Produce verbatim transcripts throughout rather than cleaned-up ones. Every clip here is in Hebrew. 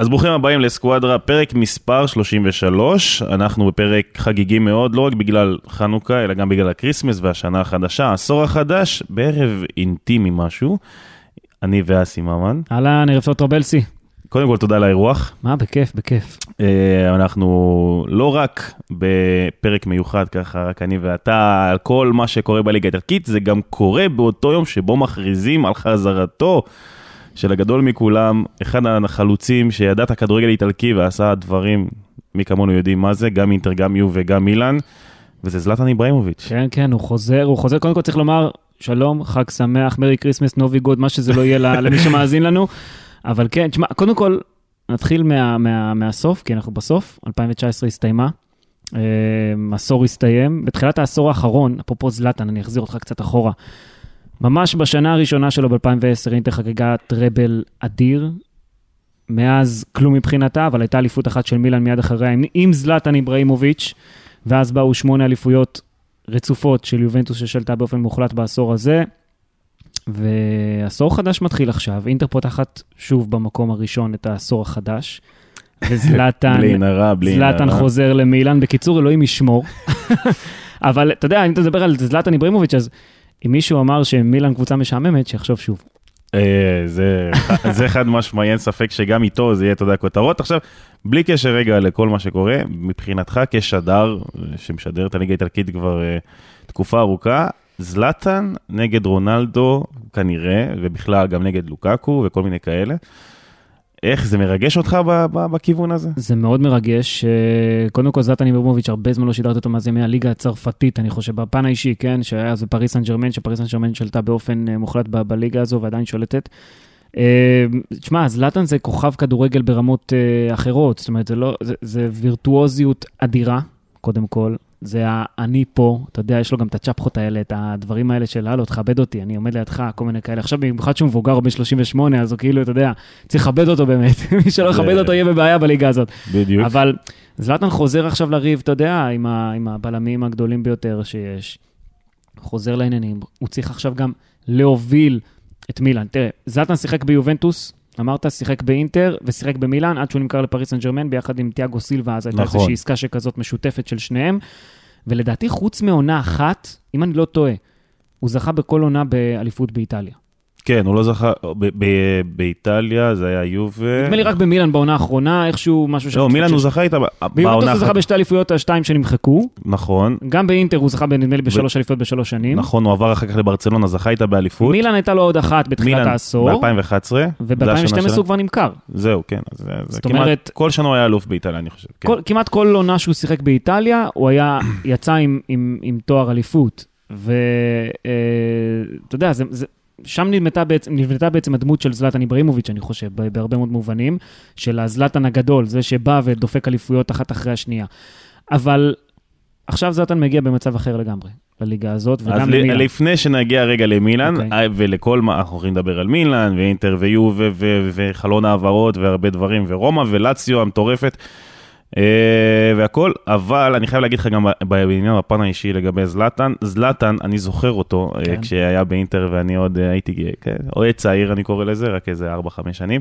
אז ברוכים הבאים לסקואדרה, פרק מספר שלושים ושלוש, אנחנו בפרק חגיגי מאוד, לא רק בגלל חנוכה, אלא גם בגלל הקריסמס והשנה החדשה, העשור החדש, בערב אינטימי משהו, אני ואסי ממן. אהלן, ערב טוב טרבלסי. קודם כל תודה על האירוח. מה, בכיף, בכיף. אנחנו לא רק בפרק מיוחד ככה, רק אני ואתה, על כל מה שקורה בליגה האיטלקית, זה גם קורה באותו יום שבו מכריזים על חזרתו של הגדול מכולם, אחד החלוצים שידע את הכדורגל האיטלקי ועשה דברים, מי כמונו יודעים מה זה, גם אינטר, גם יו וגם מילאן, וזה זלטן איברהימוביץ'. כן, כן, הוא חוזר, הוא חוזר, קודם כל צריך לומר, שלום, חג שמח, מרי קריסמס, נובי גוד, מה שזה לא יהיה למי שמאזין לנו, אבל כן, תשמע, קודם כל, נתחיל מה, מה, מהסוף, כי אנחנו בסוף, אלפיים תשע עשרה הסתיימה, עשור הסתיים, בתחילת העשור האחרון, אפרופו זלטן, אני אחזיר אותך קצת אחורה, ממש בשנה הראשונה שלו ב-אלפיים ועשר, אינטר חגגה טראבל אדיר, מאז כלום מבחינתה, אבל הייתה אליפות אחת של מילאן מיד אחריה, עם, עם זלטן איברהימוביץ', ואז באו שמונה אליפויות רצופות של יובנטוס ששלטה באופן מוחלט בעשור הזה, ועשור חדש מתחיל עכשיו, אינטר פותחת שוב במקום הראשון את העשור החדש, וזלטן, בלי נרע, בלי זלטן נרע. חוזר למילאן, בקיצור אלוהים ישמור, אבל אתה יודע, אם אתה מדבר על זלטן איברהימוביץ', אז אם מישהו אמר שמילאן קבוצה משעממת, שיחשוב שוב. זה, זה אחד משמעי, אין ספק שגם איתו זה יהיה, אתה יודע, כותרות. עכשיו, בלי קשר רגע לכל מה שקורה, מבחינתך כשדר, שמשדר את הליגה האיטלקית כבר תקופה ארוכה, זלטן נגד רונלדו כנראה, ובכלל גם נגד לוקאקו וכל מיני כאלה. איך זה מרגש אותך בכיוון הזה? זה מאוד מרגש. קודם כל, זלטן איברהימוביץ' הרבה זמן לא שידרת אותו מהזמי הליגה הצרפתית, אני חושב, בפן האישי, כן, שהיה אז בפריס סן ז'רמן, שפריס סן ז'רמן שלטה באופן מוחלט בליגה הזו, ועדיין שולטת. תשמע, זלטן זה כוכב כדורגל ברמות אחרות, זאת אומרת, זה לא, זה, זה וירטואוזיות אדירה, קודם כל. זה אני פה, אתה יודע, יש לו גם את הצ'פחות האלה, את הדברים האלה של, הלו, תכבד אותי, אני עומד לידך, כל מיני כאלה. עכשיו, במיוחד שהוא מבוגר בין שלושים ושמונה, אז הוא כאילו, אתה יודע, צריך לכבד אותו באמת. מי שלא יכבד אותו יהיה בבעיה בליגה הזאת. בדיוק. אבל זלטן חוזר עכשיו לריב, אתה יודע, עם, ה, עם הבלמים הגדולים ביותר שיש. חוזר לעניינים. הוא צריך עכשיו גם להוביל את מילאן. תראה, זלטן שיחק ביובנטוס, אמרת, שיחק באינטר ושיחק במילאן, עד שהוא נמכר לפריס סן ז'רמן, ביחד עם תיאגו סילבה, אז הייתה נכון. איזושהי עסקה שכזאת משותפת של שניהם, ולדעתי חוץ מעונה אחת, אם אני לא טועה, הוא זכה בכל עונה באליפות באיטליה. כן, הוא לא זכה, ב- ב- באיטליה זה היה יובה. נדמה לי רק במילאן בעונה האחרונה, איכשהו משהו ש... לא, מילאן הוא זכה איתה בעונה ביובנטוס הוא זכה אחת. בשתי אליפויות, השתיים שנמחקו. נכון. גם באינטר הוא זכה, נדמה לי, בשלוש אליפויות בשלוש שנים. נכון, הוא עבר אחר כך לברצלונה, זכה איתה באליפות. מילאן הייתה לו עוד אחת בתחילת העשור. ב-אלפיים ואחת עשרה. וב-אלפיים ושתים עשרה הוא כבר נמכר. זהו, כן. אז זה זאת כמעט, אומרת- כל שנה הוא היה אלוף באיטליה, אני חושב. כן. כל, כמעט כל עונה שהוא שיחק באיטליה, הוא היה, יצא עם, עם, עם תואר אליפות. ואתה יודע, זה, זה, שם נבנתה בעצם, נבנתה בעצם הדמות של זלטן איברהימוביץ', אני חושב, בהרבה מאוד מובנים, של הזלטן הגדול, זה שבא ודופק אליפויות אחת אחרי השנייה. אבל עכשיו זלטן מגיע במצב אחר לגמרי, לליגה הזאת, וגם אז למילאן. לפני שנגיע רגע למילאן, אוקיי. ולכל מה, אנחנו הולכים לדבר על מילאן, ואינטר ויו, ו- ו- וחלון העברות, והרבה דברים, ורומא ולציו המטורפת, והכל, אבל אני חייב להגיד לך גם בעניין הפן האישי לגבי זלטן, זלטן, אני זוכר אותו, כן. כשהיה באינטר ואני עוד הייתי, כן, עוד צעיר אני קורא לזה, רק איזה ארבע חמש שנים,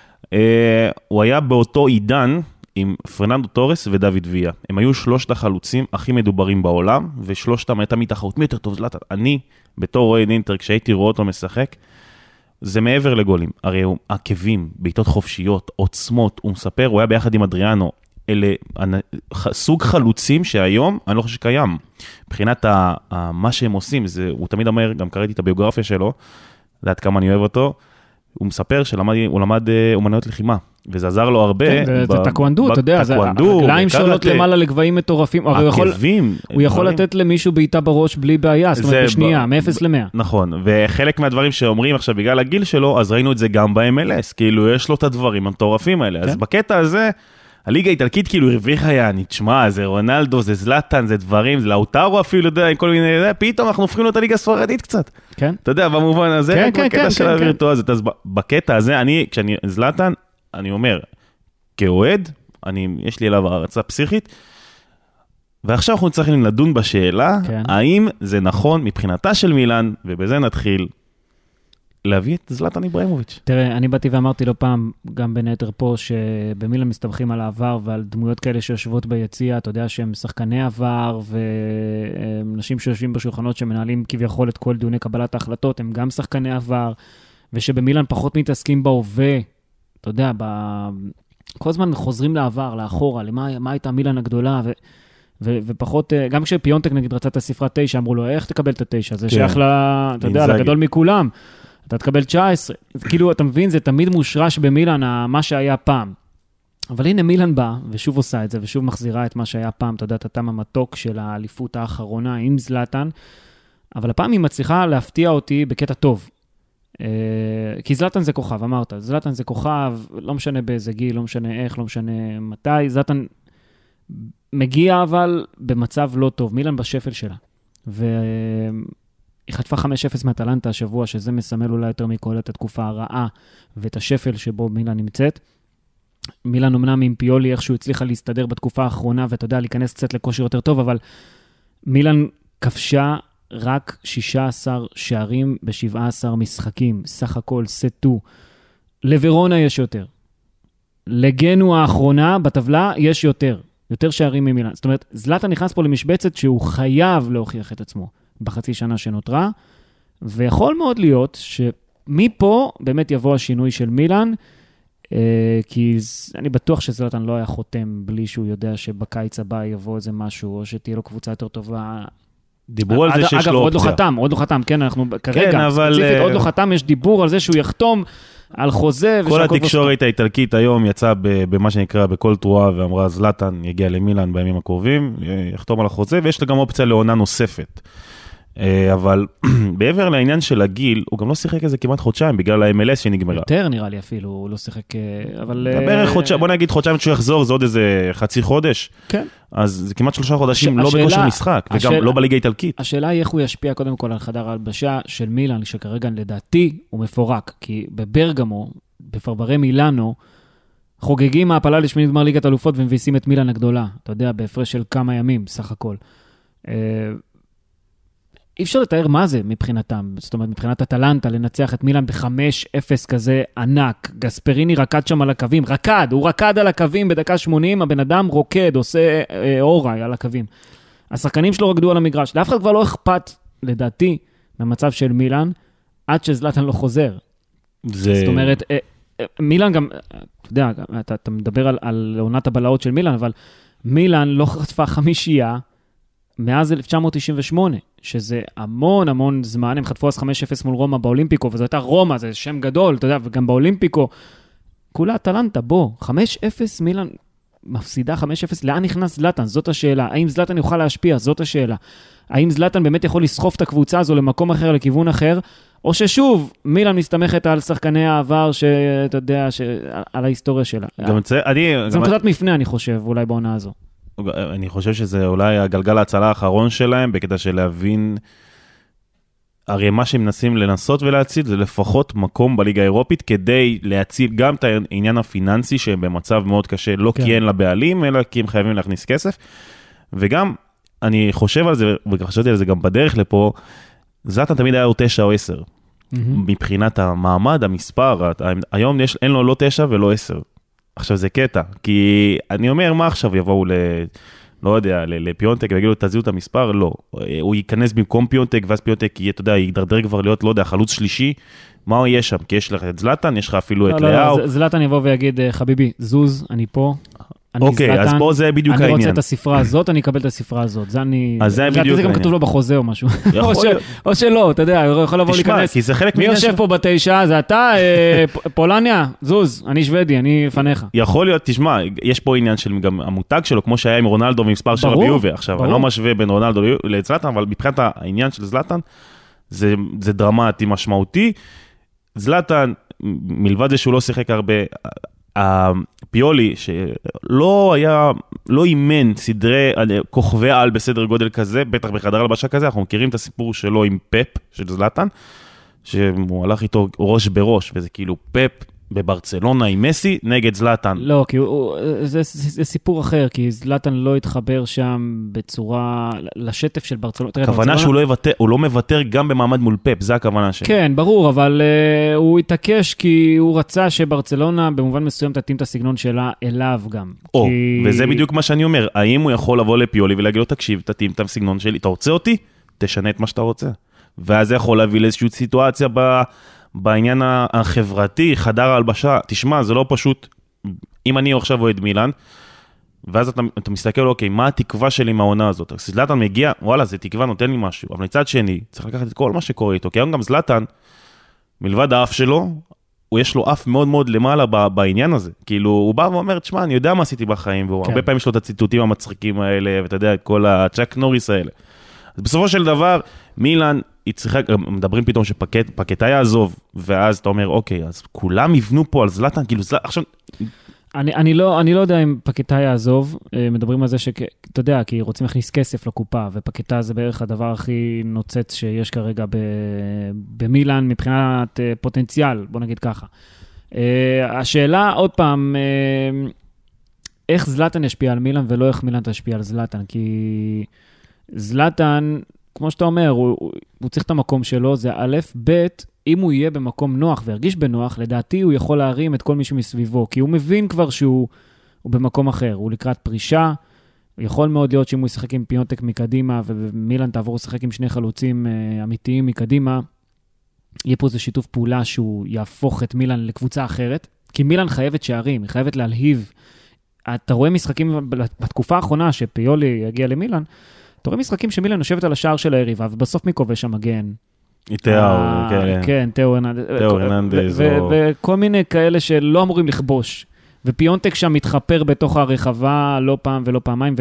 הוא היה באותו עידן עם פרננדו טורס ודוד ויה, הם היו שלושת החלוצים הכי מדוברים בעולם, ושלושתם הייתה מתחרות, מי יותר טוב זלטן? אני, בתור אוהד אינטר, כשהייתי רואה אותו משחק, זה מעבר לגולים, הרי הוא עקבים, בעיטות חופשיות, עוצמות, הוא מספר, הוא היה ביחד עם אדריאנו, אלה סוג חלוצים שהיום אני לא חושב שקיים. מבחינת ה, ה, מה שהם עושים, זה, הוא תמיד אומר, גם קראתי את הביוגרפיה שלו, לדעת כמה אני אוהב אותו, הוא מספר שהוא למד אומנויות לחימה, וזה עזר לו הרבה. כן, זה טקוונדו, אתה יודע, הרגליים שעולות למעלה לגבהים מטורפים, עקבים. הוא יכול לתת למישהו בעיטה בראש בלי בעיה, זאת אומרת בשנייה, מ-אפס ל-מאה. נכון, וחלק מהדברים שאומרים עכשיו בגלל הגיל שלו, אז ראינו את זה גם ב-אם אל אס, כאילו יש לו את הדברים המטורפים האלה, אז בקטע הזה, הליגה האיטלקית כאילו הרוויחה יעני, תשמע, זה רונלדו, זה זלטן, זה דברים, זה לאוטרו אפילו, יודע, עם כל מיני, פתאום אנחנו הופכים לו את הליגה הספרדית קצת. כן. אתה יודע, במובן הזה, בקטע של הווירטואוזית, אז בקטע הזה, אני, כשאני, זלטן, אני אומר, כאוהד, אני, יש לי אליו הרצה פסיכית, ועכשיו אנחנו צריכים לדון בשאלה, האם זה נכון מבחינתה של מילאן, ובזה נתחיל, להביא את זלטן איברהימוביץ'. תראה, אני באתי ואמרתי לא פעם, גם בין היתר פה, שבמילאן מסתמכים על העבר ועל דמויות כאלה שיושבות ביציע, אתה יודע שהם שחקני עבר, ואנשים שיושבים בשולחנות שמנהלים כביכול את כל דיוני קבלת ההחלטות, הם גם שחקני עבר, ושבמילאן פחות מתעסקים בהווה, אתה יודע, ב... כל הזמן חוזרים לעבר, לאחורה, למה מה הייתה מילאן הגדולה, ו... ו- ופחות, גם כשפיונטק נגיד רצה את הספרה תשע, אמרו לו, איך תקבל את התשע? זה שייך, אתה יודע, לגדול מכולם. אתה תקבל תשע עשרה. כאילו, אתה מבין, זה תמיד מושרש במילאן, מה שהיה פעם. אבל הנה מילאן בא, ושוב עושה את זה, ושוב מחזירה את מה שהיה פעם, אתה יודע, את הטעם המתוק של האליפות האחרונה עם זלטן, אבל הפעם היא מצליחה להפתיע אותי בקטע טוב. כי זלטן זה כוכב, אמרת, זלטן זה כוכב, לא משנה באיזה גיל, לא משנה איך, לא משנה מתי, זלטן מגיע אבל במצב לא טוב, מילאן בשפל שלה. והיא חטפה חמש אפס מהטלנטה השבוע, שזה מסמל אולי יותר מכל את התקופה הרעה, ואת השפל שבו מילאן נמצאת. מילאן אמנם עם פיולי איכשהו הצליחה להסתדר בתקופה האחרונה, ואתה יודע, להיכנס קצת לכושר יותר טוב, אבל מילאן כבשה רק שישה עשר שערים ב-שבעה עשר משחקים, סך הכל סטו. לוורונה יש יותר. לגנו האחרונה בטבלה יש יותר. יותר שערים ממילאן. זאת אומרת, זלטן נכנס פה למשבצת שהוא חייב להוכיח את עצמו בחצי שנה שנותרה, ויכול מאוד להיות שמפה באמת יבוא השינוי של מילאן, כי אני בטוח שזלטן לא היה חותם בלי שהוא יודע שבקיץ הבא יבוא איזה משהו, או שתהיה לו קבוצה יותר טובה. דיברו על זה שיש לו אופציה. אגב, עוד לא חתם, עוד לא חתם, כן, אנחנו כרגע, ספציפית, עוד לא חתם, יש דיבור על זה שהוא יחתום על חוזה. כל התקשורת האיטלקית היום יצאה במה שנקרא בכל תרועה, ואמרה זלטן יגיע למילאן בימים הקרובים, יחתום על החוזה, ויש לה גם אופציה לעונה נוספת. אבל בעבר לעניין של הגיל, הוא גם לא שיחק איזה כמעט חודשיים, בגלל ה-אם אל אס שנגמרה. יותר נראה לי אפילו, הוא לא שיחק, אבל... בערך חודשיים, בוא נגיד חודשיים שהוא יחזור, זה עוד איזה חצי חודש. כן. אז זה כמעט שלושה חודשים, לא בכושר משחק, וגם לא בליגה האיטלקית. השאלה היא איך הוא ישפיע קודם כל על חדר ההלבשה של מילאן, שכרגע לדעתי הוא מפורק, כי בברגמו, בפרברי מילאנו, חוגגים העפלה לשמינית גמר ליגת אלופות, ומביסים את מילאן הגדולה, אתה יודע, בהפרש של כמה ימים, סך הכל. אי אפשר לתאר מה זה מבחינתם, זאת אומרת, מבחינת הטלנטה, לנצח את מילאן ב-חמש אפס כזה ענק, גספריני רקד שם על הקווים, רקד, הוא רקד על הקווים בדקה שמונים, הבן אדם רוקד, עושה אה, אורי על הקווים. השחקנים שלו רקדו על המגרש, לאף אחד כבר לא אכפת, לדעתי, במצב של מילאן, עד שזלטן לא חוזר. זה... זאת אומרת, אה, אה, מילאן גם, אתה יודע, אתה, אתה מדבר על, על עונת הבלעות של מילאן, אבל מילאן לא חטפה חמישייה, מאז אלף תשע מאות תשעים ושמונה, שזה המון המון זמן, הם חטפו אז חמש אפס מול רומא באולימפיקו, וזו הייתה רומא, זה שם גדול, אתה יודע, וגם באולימפיקו, כולה טלנטה, בוא, חמש אפס מילאן מפסידה חמש אפס, לאן נכנס זלטן? זאת השאלה. האם זלטן יוכל להשפיע? זאת השאלה. האם זלטן באמת יכול לסחוף את הקבוצה הזו למקום אחר, לכיוון אחר, או ששוב, מילאן מסתמכת על שחקני העבר, שאתה יודע, על ההיסטוריה שלה. גם זה, אני... זה נקודת מפנה, אני חושב, אולי בעונה הזו. אני חושב שזה אולי הגלגל ההצלה האחרון שלהם, בקטע של להבין, הרי מה שהם מנסים לנסות ולהציל, זה לפחות מקום בליגה האירופית, כדי להציל גם את העניין הפיננסי, שהם במצב מאוד קשה, לא כי אין לבעלים, אלא כי הם חייבים להכניס כסף, וגם, אני חושב על זה, וחשבתי על זה גם בדרך לפה, זלטן תמיד היה או תשע או עשר, מבחינת המעמד, המספר, היום אין לו לא תשע ולא עשר, עכשיו זה קטע, כי אני אומר, מה עכשיו יבואו ל... לא יודע, לפיונטק, ויגידו, תזיעו את המספר? לא. הוא ייכנס במקום פיונטק, ואז פיונטק יהיה, אתה יודע, ידרדר כבר להיות, לא יודע, חלוץ שלישי, מה הוא יהיה שם? כי יש לך את זלטן, יש לך אפילו את לאו. זלטן יבוא ויגיד, חביבי, זוז, אני פה, אני זלטן. אוקיי, אז פה זה בדיוק העניין. אני רוצה את הספרה הזאת, אני אקבל את הספרה הזאת. זה אני... אז זה בדיוק העניין. זה גם כתוב לו בחוזה או משהו. או שלא, אתה יודע, הוא יכול לבוא להיכנס. כי זה חלק מי יושב פה בתשע? זה אתה, פולניה, זוז, אני שוודי, אני לפניך. יכול להיות, תשמע, יש פה עניין של גם המותג שלו, כמו שהיה עם רונלדו ומספר של ביובה. עכשיו, אני לא משווה בין רונלדו לזלטן, אבל מבחינת העניין של זלטן, זה דרמטי, משמעותי. זלטן, מלבד זה שהוא לא שיחק הרבה, הפיולי, שלא היה, לא אימן סדרי כוכבי על בסדר גודל כזה, בטח בחדר הלבשה כזה, אנחנו מכירים את הסיפור שלו עם פפ, של זלטן, שהוא הלך איתו ראש בראש, וזה כאילו פפ, בברצלונה עם מסי נגד זלאטן. לא, כי הוא, זה, זה, זה סיפור אחר, כי זלאטן לא התחבר שם בצורה, לשטף של ברצלונה. הכוונה שהוא לא יוותר, הוא לא מוותר גם במעמד מול פפ, זה הכוונה שלי. כן, ברור, אבל uh, הוא התעקש כי הוא רצה שברצלונה במובן מסוים תתאים את הסגנון שלה אליו גם. או, כי... וזה בדיוק מה שאני אומר, האם הוא יכול לבוא לפיולי ולהגיד לו, תקשיב, תתאים את הסגנון שלי, אתה רוצה אותי? תשנה את מה שאתה רוצה. ואז זה יכול להביא לאיזושהי סיטואציה ב... בעניין החברתי, חדר ההלבשה, תשמע, זה לא פשוט, אם אני עכשיו אוהד מילאן, ואז אתה, אתה מסתכל, אוקיי, מה התקווה שלי מהעונה הזאת? זלאטן מגיע, וואלה, זה תקווה, נותן לי משהו, אבל מצד שני, צריך לקחת את כל מה שקורה איתו, כי היום גם זלאטן, מלבד האף שלו, הוא יש לו אף מאוד מאוד למעלה בעניין הזה, כאילו, הוא בא ואומר, תשמע, אני יודע מה עשיתי בחיים, והוא כן. הרבה פעמים יש לו את הציטוטים המצחיקים האלה, ואתה יודע, כל הצ'אק נוריס האלה. אז בסופו של דבר, מילאן, היא צריכה, מדברים פתאום שפקטה יעזוב, ואז אתה אומר, אוקיי, אז כולם יבנו פה על זלאטן, כאילו זלאטן, עכשיו... אני, אני לא, אני לא יודע אם פקטה יעזוב, מדברים על זה שאתה יודע, כי רוצים להכניס כסף לקופה, ופקטה זה בערך הדבר הכי נוצץ שיש כרגע במילאן, מבחינת פוטנציאל, בוא נגיד ככה. השאלה, עוד פעם, איך זלאטן ישפיע על מילאן, ולא איך מילאן תשפיע על זלאטן, כי זלאטן, כמו שאתה אומר, הוא, הוא, הוא צריך את המקום שלו, זה א', ב', אם הוא יהיה במקום נוח והרגיש בנוח, לדעתי הוא יכול להרים את כל מישהו מסביבו, כי הוא מבין כבר שהוא הוא במקום אחר, הוא לקראת פרישה, הוא יכול מאוד להיות שאם הוא ישחק עם פיונטק מקדימה, ומילאן תעבור לשחק עם שני חלוצים אה, אמיתיים מקדימה, יהיה פה איזה שיתוף פעולה שהוא יהפוך את מילאן לקבוצה אחרת, כי מילאן חייבת שערים, היא חייבת להלהיב. אתה רואה משחקים בתקופה האחרונה שפיולי יגיע למילאן, אתה רואה משחקים שמילאן יושבת על השער של היריבה, ובסוף מי כובש המגן? תאו, כן. כן, תאו הרננדז. וכל מיני כאלה שלא אמורים לכבוש. ופיונטק שם מתחפר בתוך הרחבה לא פעם ולא פעמיים,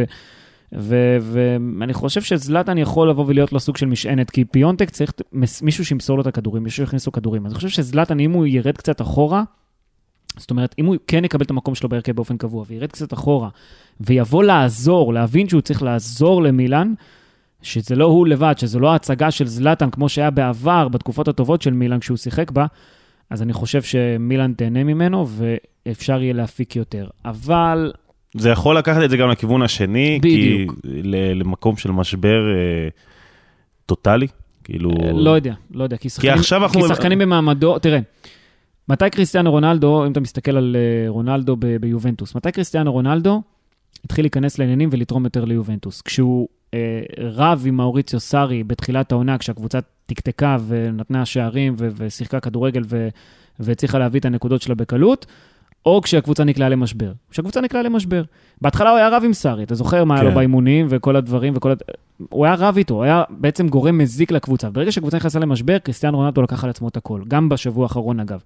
ואני חושב שזלאטן יכול לבוא ולהיות לו סוג של משענת, כי פיונטק צריך מישהו שימסור לו את הכדורים, מישהו יכניס לו כדורים. אז אני חושב שזלאטן, אם הוא ירד קצת אחורה, זאת אומרת, אם הוא כן יקבל את המקום שלו בהרכב באופן קבוע, וירד קצת אחורה, ויבוא לעזור, להבין שהוא צריך לעזור למילאן, שזה לא הוא לבד, שזה לא ההצגה של זלאטן, כמו שהיה בעבר, בתקופות הטובות של מילאן, כשהוא שיחק בה, אז אני חושב שמילאן תהנה ממנו, ואפשר יהיה להפיק יותר. אבל... זה יכול לקחת את זה גם לכיוון השני, בדיוק. כי למקום של משבר אה, טוטלי, כאילו... לא יודע, לא יודע, כי שחקנים, כי כי אנחנו... שחקנים במעמדו, תראה, מתי קריסטיאנו רונלדו, אם אתה מסתכל על רונלדו ב- ביובנטוס, מתי קריסטיאנו רונלדו התחיל להיכנס לעניינים ולתרום יותר ליובנטוס? כשהוא אה, רב עם מאוריציו סארי בתחילת העונה, כשהקבוצה תקתקה ונתנה שערים ו- ושיחקה כדורגל ו- והצליחה להביא את הנקודות שלה בקלות, או כשהקבוצה נקלעה למשבר. כשהקבוצה נקלעה למשבר. בהתחלה הוא היה רב עם סארי, אתה זוכר מה היה לו באימונים וכל הדברים, וכל הד... הוא היה רב איתו, הוא היה בעצם גורם מזיק לקבוצה. ברגע שהקבוצה נכנסה למשבר, קריסטיאנו רונלדו לקח על עצמו את הכל, גם בשבוע האחרון אגב.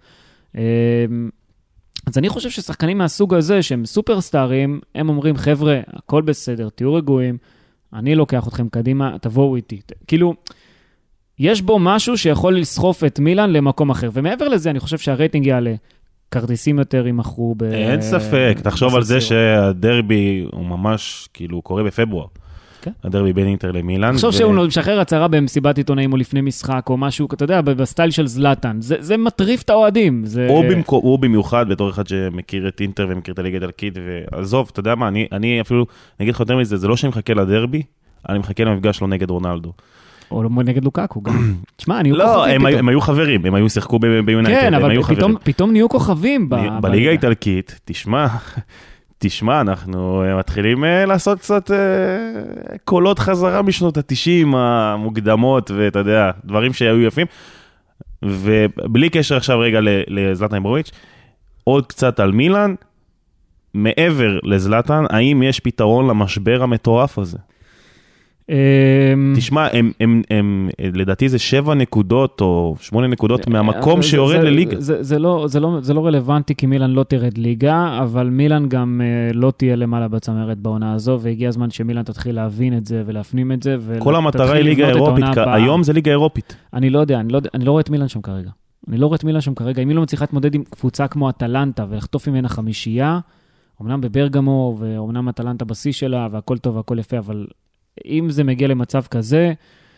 אז אני חושב ששחקנים מהסוג הזה, שהם סופרסטארים, הם אומרים, חבר'ה, הכל בסדר, תהיו רגועים, אני לוקח אתכם קדימה, תבואו איתי. כאילו, יש בו משהו שיכול לסחוף את מילאן למקום אחר, ומעבר לזה, אני חושב שהרייטינג יעלה, כרטיסים יותר ימחרו ב... אין ספק, תחשוב על זה שהדרבי הוא ממש, כאילו, קורה בפברואר. הדרבי בין אינטר למילאן. תחשוב שהוא משחרר הצהרה במסיבת עיתונאים או לפני משחק או משהו, אתה יודע, בסטייל של זלאטן. זה מטריף את האוהדים. הוא במיוחד, בתור אחד שמכיר את אינטר ומכיר את הליגה האיטלקית, ועזוב, אתה יודע מה, אני אפילו, נגיד לך יותר מזה, זה לא שאני מחכה לדרבי, אני מחכה למפגש לו נגד רונלדו. או נגד לוקאקו גם. תשמע, נהיו כוכבים פתאום. לא, הם היו חברים, הם היו שיחקו ביונייטד. כן, אבל פתאום נהיו כוכבים. בליגה האיטלקית, תשמע, תשמע, אנחנו מתחילים לעשות קצת קולות חזרה משנות ה-תשעים המוקדמות, ואתה יודע, דברים שהיו יפים. ובלי קשר עכשיו רגע לזלאטן איברהימוביץ', עוד קצת על מילאן, מעבר לזלאטן, האם יש פתרון למשבר המטורף הזה? תשמע, הם, הם, הם, לדעתי זה שבע נקודות או שמונה נקודות מהמקום שיורד לליגה. זה, זה, לא, זה, לא, זה לא רלוונטי כי מילאן לא תרד ליגה, אבל מילאן גם לא תהיה למעלה בצמרת בעונה הזו, והגיע הזמן שמילאן תתחיל להבין את זה ולהפנים את זה. כל המטרה היא ליגה אירופית, היום זה ליגה אירופית. אני לא יודע, אני לא, אני לא רואה את מילאן שם כרגע. אני לא רואה את מילאן שם כרגע. אם היא לא מצליחה להתמודד עם קבוצה כמו אטלנטה ולחטוף ממנה חמישייה, אמנם בברגמו ואומנם אטלנטה בשיא שלה והכל טוב והכל יפה, אבל אם זה מגיע למצב כזה,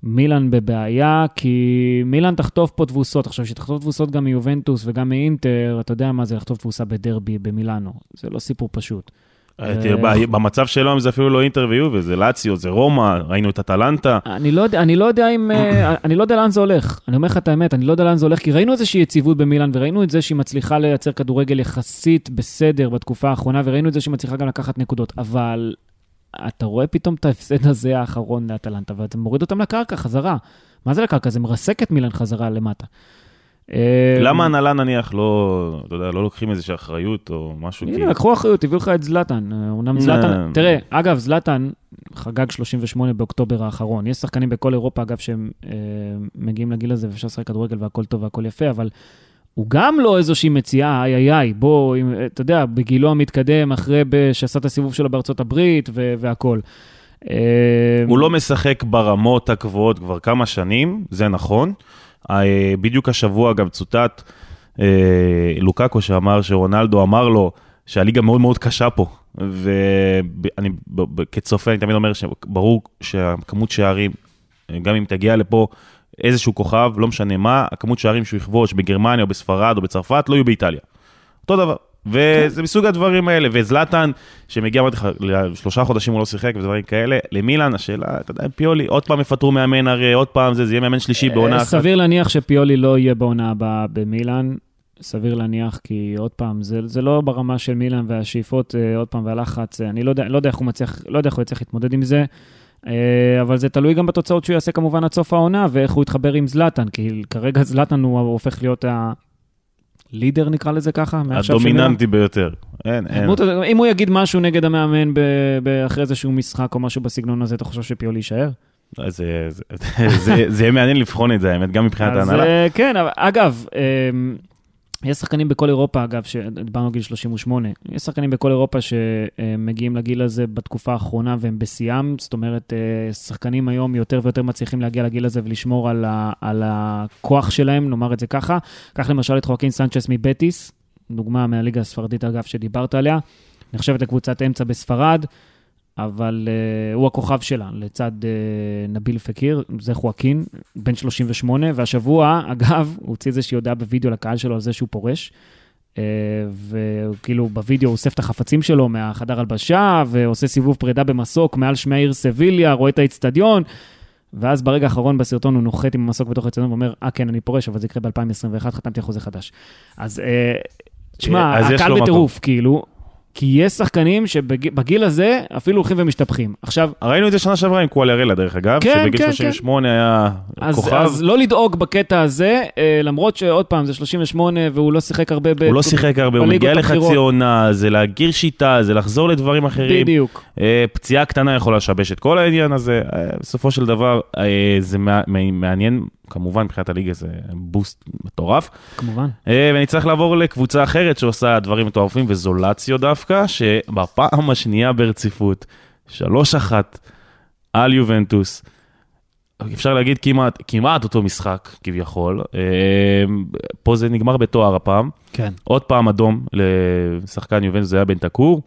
מילאן בבעיה, כי מילאן תחטוף פה תבוסות. עכשיו, שתחטוף תבוסות גם מיובנטוס וגם מאינטר, אתה יודע מה זה לחטוף תבוסה בדרבי במילאנו. זה לא סיפור פשוט. במצב שלו, זה אפילו לא אינטר ויובה, זה לאציו, זה רומא, ראינו את אטלנטה. אני לא יודע, אני לא יודע אם, אני לא יודע לאן זה הולך. אני אומר לך את האמת, אני לא יודע לאן זה הולך, כי ראינו איזושהי יציבות במילאן, וראינו את זה שהיא מצליחה לייצר כדורגל יחסית בסדר בתקופה האחרונה, וראינו את זה שהיא מצליחה גם לקחת נקודות, אבל אתה רואה פתאום את ההפסד הזה האחרון לאטלנטה, ואתה מוריד אותם לקרקע חזרה. מה זה לקרקע? זה מרסק את מילאן חזרה למטה. למה הנהלה נניח לא, אתה יודע, לא לוקחים איזושהי אחריות או משהו? הנה, לקחו אחריות, הביאו לך את זלטן. אומנם זלטן, תראה, אגב, זלטן חגג שלושים ושמונה באוקטובר האחרון. יש שחקנים בכל אירופה, אגב, שהם מגיעים לגיל הזה ואפשר לשחק כדורגל והכל טוב והכל יפה, אבל הוא גם לא איזושהי מציאה, איי איי איי, בוא, אתה יודע, בגילו המתקדם, אחרי שעשה את הסיבוב שלו בארצות הברית והכל. הוא לא משחק ברמות הקבועות כבר כמה שנים, זה נכון. בדיוק השבוע אגב צוטט לוקאקו שאמר שרונלדו אמר לו שהליגה מאוד מאוד קשה פה, ואני כצופה אני תמיד אומר שברור שהכמות שערים, גם אם תגיע לפה איזשהו כוכב, לא משנה מה, הכמות שערים שהוא יכבוש בגרמניה או בספרד או בצרפת לא יהיו באיטליה, אותו דבר. וזה מסוג הדברים האלה, וזלטן, שמגיע לשלושה חודשים הוא לא שיחק ודברים כאלה, למילאן, השאלה, אתה יודע, פיולי, עוד פעם יפטרו מאמן, הרי עוד פעם זה, זה יהיה מאמן שלישי בעונה אחת. סביר להניח שפיולי לא יהיה בעונה הבאה במילאן, סביר להניח, כי עוד פעם, זה, זה לא ברמה של מילאן והשאיפות, עוד פעם, והלחץ, אני לא יודע, לא יודע איך הוא מצליח, לא יודע איך הוא יצליח להתמודד עם זה, אבל זה תלוי גם בתוצאות שהוא יעשה כמובן עד סוף העונה, ואיך הוא יתחבר עם זלטן, כי כרגע זלטן הוא הופך להיות ה... לידר נקרא לזה ככה? הדומיננטי ביותר. אין, אין. אם הוא יגיד משהו נגד המאמן אחרי איזשהו משחק או משהו בסגנון הזה, אתה חושב שפיולי יישאר? זה יהיה מעניין לבחון את זה, האמת, גם מבחינת ההנהלה. כן, אגב, יש שחקנים בכל אירופה, אגב, שדיברנו גיל שלושים ושמונה, יש שחקנים בכל אירופה שמגיעים לגיל הזה בתקופה האחרונה והם בשיאם, זאת אומרת, שחקנים היום יותר ויותר מצליחים להגיע לגיל הזה ולשמור על, ה, על הכוח שלהם, נאמר את זה ככה. כך למשל את חואקין סנצ'ס מבטיס, דוגמה מהליגה הספרדית, אגב, שדיברת עליה, נחשבת לקבוצת אמצע בספרד, אבל uh, הוא הכוכב שלה, לצד uh, נביל פקיר, זה חואקין, בן שלושים ושמונה, והשבוע, אגב, הוא הוציא איזושהי הודעה בווידאו לקהל שלו על זה שהוא פורש, uh, וכאילו בווידאו הוא אוסף את החפצים שלו מהחדר הלבשה, ועושה סיבוב פרידה במסוק מעל שמי העיר סביליה, רואה את האצטדיון, ואז ברגע האחרון בסרטון הוא נוחת עם המסוק בתוך האצטדיון, ואומר, אה כן, אני פורש, אבל זה יקרה ב-אלפיים עשרים ואחת, חתמתי החוזה חדש. אז, uh, תשמע, הקהל בטירוף, כאילו, כי יש שחקנים שבגיל הזה אפילו הולכים ומשתפכים. עכשיו... ראינו את זה שנה שעברה עם קואליארלה, דרך אגב, כן, שבגיל כן, שלושים ושמונה כן. היה אז, כוכב. אז לא לדאוג בקטע הזה, למרות שעוד פעם, זה שלושים ושמונה, והוא לא שיחק הרבה... הוא ב... לא שיחק הרבה, הוא מגיע לחצי עונה, זה להגיר שיטה, זה לחזור לדברים אחרים. בדיוק. פציעה קטנה יכולה לשבש את כל העניין הזה. בסופו של דבר, זה מעניין... כמובן, מבחינת הליגה זה בוסט מטורף. כמובן. ואני צריך לעבור לקבוצה אחרת שעושה דברים מטורפים, וזו לאציו דווקא, שבפעם השנייה ברציפות, שלוש אחת על יובנטוס, אפשר להגיד כמעט, כמעט אותו משחק, כביכול. פה זה נגמר בתואר הפעם. כן. עוד פעם אדום לשחקן יובנטוס, זה היה בן תקור.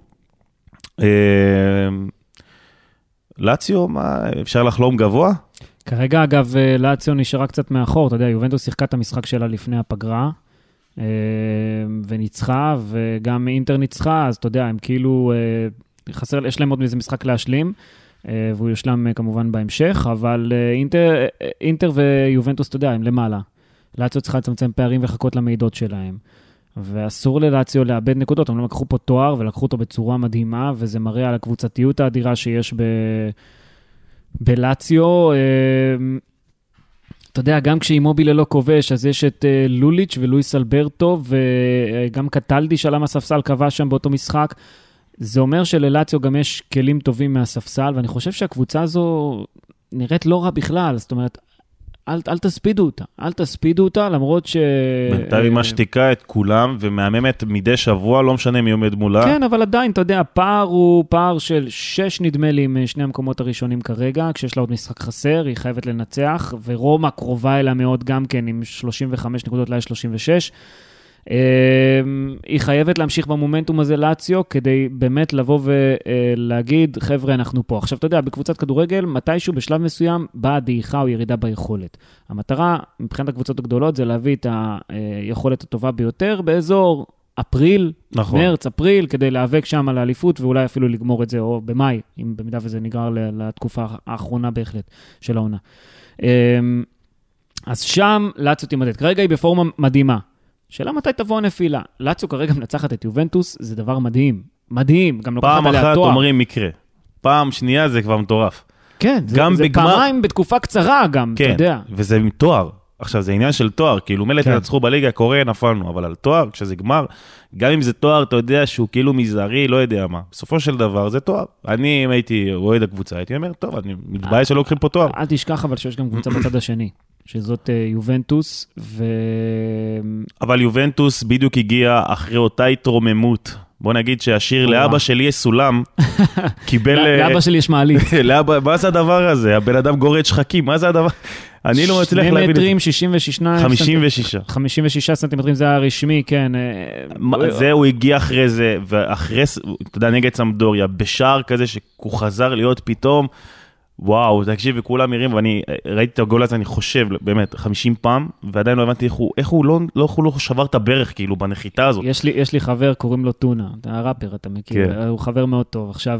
לאציו, מה, אפשר לחלום גבוה? כרגע, אגב, לאציו נשארה קצת מאחור, אתה יודע, יובנטוס שיחקה את המשחק שלה לפני הפגרה, וניצחה, וגם אינטר ניצחה, אז אתה יודע, הם כאילו, חסר, יש להם עוד איזה משחק להשלים, והוא יושלם כמובן בהמשך, אבל אינטר, אינטר ויובנטוס, אתה יודע, הם למעלה. לאציו צריכה לצמצם פערים וחכות למידות שלהם. ואסור ללאציו לאבד נקודות, הם לא לקחו פה תואר ולקחו אותו בצורה מדהימה, וזה מראה על הקבוצתיות האדירה שיש ב... בלאציו, אתה יודע, גם כשאימובילה לא כובש, אז יש את לוליץ' ולואיס אלברטו, וגם קטלדי שעלה מהספסל כבש שם באותו משחק. זה אומר שללאציו גם יש כלים טובים מהספסל, ואני חושב שהקבוצה הזו נראית לא רע בכלל, זאת אומרת, אל, אל תספידו אותה, אל תספידו אותה, למרות ש... בינתיים היא משתיקה את כולם, ומאממת מדי שבוע, לא משנה מי עומד מולה. כן, אבל עדיין, אתה יודע, הפער הוא פער של שש נדמה לי עם שני המקומות הראשונים כרגע, כשיש לה עוד משחק חסר, היא חייבת לנצח, ורומא קרובה אליה מאוד גם כן, עם שלושים וחמש נקודות, לה יש שלושים ושש. היא חייבת להמשיך במומנטום הזה לאציו, כדי באמת לבוא ולהגיד, חבר'ה, אנחנו פה. עכשיו, אתה יודע, בקבוצת כדורגל, מתישהו בשלב מסוים, באה דעיכה או ירידה ביכולת. המטרה, מבחינת הקבוצות הגדולות, זה להביא את היכולת הטובה ביותר, באזור אפריל, נכון. מרץ, אפריל, כדי להיאבק שם על האליפות, ואולי אפילו לגמור את זה, או במאי, אם במידה וזה נגרר לתקופה האחרונה בהחלט של העונה. אז שם לאציו תימדד. כרגע היא בפורמה מדהימה. שאלה מתי תבוא הנפילה. לאציו כרגע מנצחת את יובנטוס, זה דבר מדהים. מדהים, גם לוקחת עליה תואר. פעם אחת אומרים מקרה. פעם שנייה זה כבר מטורף. כן, זה, זה בגמר... פעמיים בתקופה קצרה גם, כן, אתה יודע. וזה עם תואר. עכשיו, זה עניין של תואר, כאילו מלט כן. נצחו בליגה, קורה, נפלנו, אבל על תואר, כשזה גמר, גם אם זה תואר, אתה יודע שהוא כאילו מזערי, לא יודע מה. בסופו של דבר, זה תואר. אני, אם הייתי רואה את הקבוצה, הייתי אומר, טוב, אני מתבייש שלא לוקחים פה תואר. אל תשכח, אבל שיש גם קבוצה בצד השני, שזאת יובנטוס, ו... אבל יובנטוס בדיוק הגיע אחרי אותה התרוממות. בוא נגיד שהשיר לאבא שלי יש סולם, קיבל... לאבא שלי יש מעלית. מה זה הדבר הזה? הבן אדם גורד שחקים, מה זה הדבר? אני לא מצליח להבין את זה. שני מטרים, שישים ושישה. חמישים ושישה. חמישים ושישה סנטימטרים, זה הרשמי, כן. זה הוא הגיע אחרי זה, ואחרי, אתה יודע, נגד סמפדוריה, בשער כזה שהוא חזר להיות פתאום, וואו, תקשיב, וכולם מרים, ואני ראיתי את הגול הזה, אני חושב, באמת, חמישים פעם, ועדיין לא הבנתי איך הוא, איך הוא לא, לא, הוא לא שבר את הברך, כאילו, בנחיתה הזאת. יש לי, יש לי חבר, קוראים לו טונה, הראפר, אתה מכיר, כן. הוא חבר מאוד טוב. עכשיו,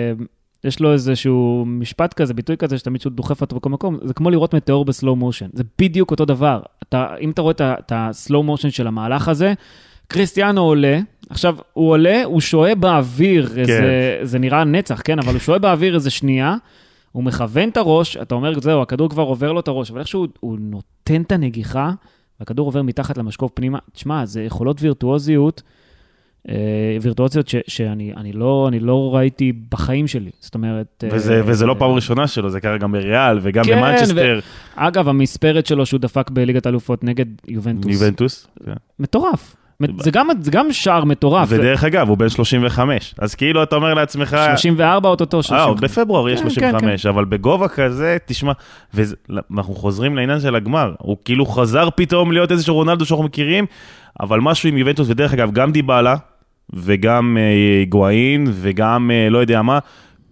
יש לו איזשהו משפט כזה, ביטוי כזה, שתמיד שהוא דוחף אותו בכל מקום, זה כמו לראות מטאור בסלואו מושן, זה בדיוק אותו דבר. אתה, אם אתה רואה את הסלואו מושן של המהלך הזה, קריסטיאנו עולה, עכשיו, הוא עולה, הוא שואה באוויר, כן. איזה, זה נראה נצח, כן, אבל הוא שואה באוויר איזה שנייה, הוא מכוון את הראש, אתה אומר, זהו, הכדור כבר עובר לו את הראש, אבל איכשהו הוא נותן את הנגיחה, והכדור עובר מתחת למשקוף פנימה. תשמע, זה יכולות וירטואוזיות, וירטואוזיות ש, שאני אני לא, אני לא ראיתי בחיים שלי. זאת אומרת... וזה, וזה לא פעם ראשונה שלו, זה קרה גם בריאל וגם כן, במנצ'סטר. ו... אגב, המספרת שלו שהוא דפק בליגת האלופות נגד יובנטוס. יובנטוס, כן. מטורף. זה גם, זה גם שער מטורף. ודרך אגב, הוא בן שלושים וחמש. אז כאילו אתה אומר לעצמך... שלושים וארבע אותו שלושים וחמש. אה, בפברואר יש שלושים וחמש, אבל בגובה כזה, תשמע, ואנחנו חוזרים לעניין של הגמר. הוא כאילו חזר פתאום להיות איזשהו רונלדו שאנחנו מכירים, אבל משהו עם יובנטוס, ודרך אגב, גם דיבאלה, וגם היגואין, וגם לא יודע מה,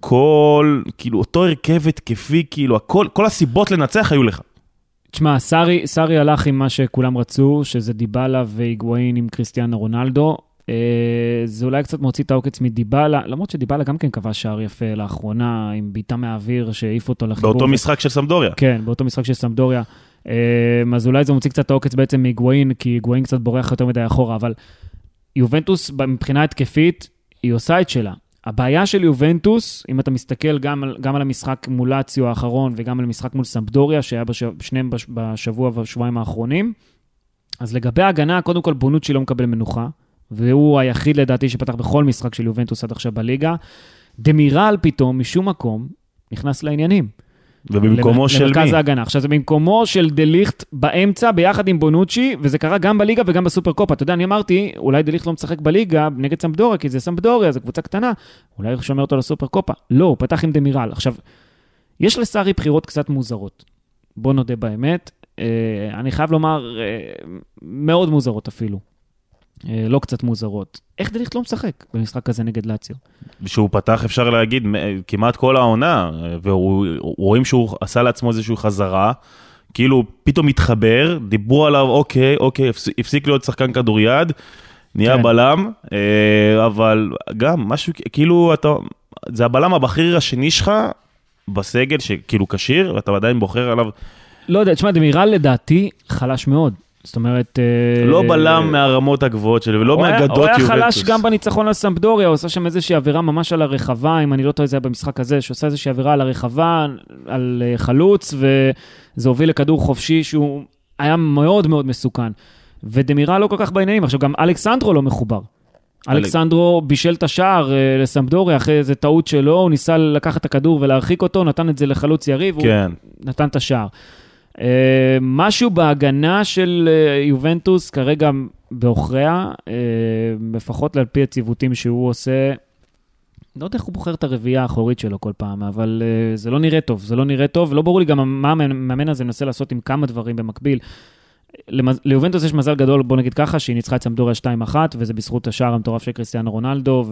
כל, כאילו, אותו הרכב התקפי, כאילו, הכל, כל הסיבות לנצח היו לך. תשמע, סארי, סארי הלך עם מה שכולם רצו, שזה דיבאלה והיגואין עם קריסטיאנו רונלדו. זה אולי קצת מוציא את העוקץ מדיבאלה, למרות שדיבאלה גם כן קבע שער יפה לאחרונה, עם ביטה מהאוויר שהעיף אותו לחיבור. באותו משחק של סמפדוריה. כן, באותו משחק של סמפדוריה. אז אולי זה מוציא קצת את העוקץ בעצם מהיגואין, כי היגואין קצת בורח יותר מדי אחורה, אבל יובנטוס מבחינה התקפית, היא עושה את שלה. הבעיה של יובנטוס, אם אתה מסתכל גם על, גם על המשחק מול לאציו האחרון, וגם על המשחק מול סמפדוריה, שהיה בשניהם בשבוע ובשבועיים האחרונים, אז לגבי ההגנה, קודם כל בונוצ'י לא מקבל מנוחה, והוא היחיד לדעתי שפתח בכל משחק של יובנטוס עד עכשיו בליגה. דמירל פתאום, משום מקום, נכנס לעניינים. ובמקומו של מי? למרכז ההגנה. עכשיו זה במקומו של דליכט באמצע, ביחד עם בונוצ'י, וזה קרה גם בליגה וגם בסופר קופה. אתה יודע, אני אמרתי, אולי דליכט לא משחק בליגה נגד סמפדוריה, כי זה סמפדוריה, זו קבוצה קטנה, אולי הוא שומר אותו לסופר קופה. לא, הוא פתח עם דמירל. עכשיו, יש לסארי בחירות קצת מוזרות. בוא נודה באמת. אני חייב לומר, מאוד מוזרות אפילו. לא קצת מוזרות. איך דליכט לא משחק במשחק הזה נגד לאציו? שהוא פתח, אפשר להגיד, כמעט כל העונה, ורואים שהוא עשה לעצמו איזושהי חזרה, כאילו פתאום מתחבר, דיברו עליו, אוקיי, אוקיי, הפסיק להיות שחקן כדוריד, נהיה כן. בלם, אבל גם משהו, כאילו, אתה, זה הבלם הבכיר השני שלך, בסגל, שכאילו קשיר, ואתה עדיין בוחר עליו. לא יודע, תשמע, דמירל לדעתי חלש מאוד. זאת אומרת... לא בלם מהרמות הגבוהות שלי, ולא מהגדות יובנטוס. הוא היה חלש גם בניצחון על סמפדוריה, הוא עושה שם איזושהי עבירה ממש על הרחבה, אם אני לא טועה, זה היה במשחק הזה, שעושה איזושהי עבירה על הרחבה, על חלוץ, וזה הוביל לכדור חופשי, שהוא היה מאוד מאוד מסוכן. ודמירה לא כל כך בעניינים, עכשיו גם אלכסנדרו לא מחובר. אלכסנדרו בישל את השער לסמפדוריה, אחרי איזו טעות שלו, הוא ניסה לקחת את הכדור ולהרחיק אותו, נתן את זה לחלוץ יריב, הוא נתן את השער. Uh, משהו בהגנה של uh, יובנטוס כרגע באוכריה, uh, לפחות על פי הציוותים שהוא עושה, לא יודע איך הוא בוחר את הרביעייה האחורית שלו כל פעם, אבל uh, זה לא נראה טוב, זה לא נראה טוב, ולא ברור לי גם מה המאמן הזה מנסה לעשות עם כמה דברים במקביל. ליובנטוס יש מזל גדול, בוא נגיד ככה, שהיא ניצחה את סמפדוריה שתיים אחת, וזה בזכות השער המטורף של קריסטיאנו רונלדו,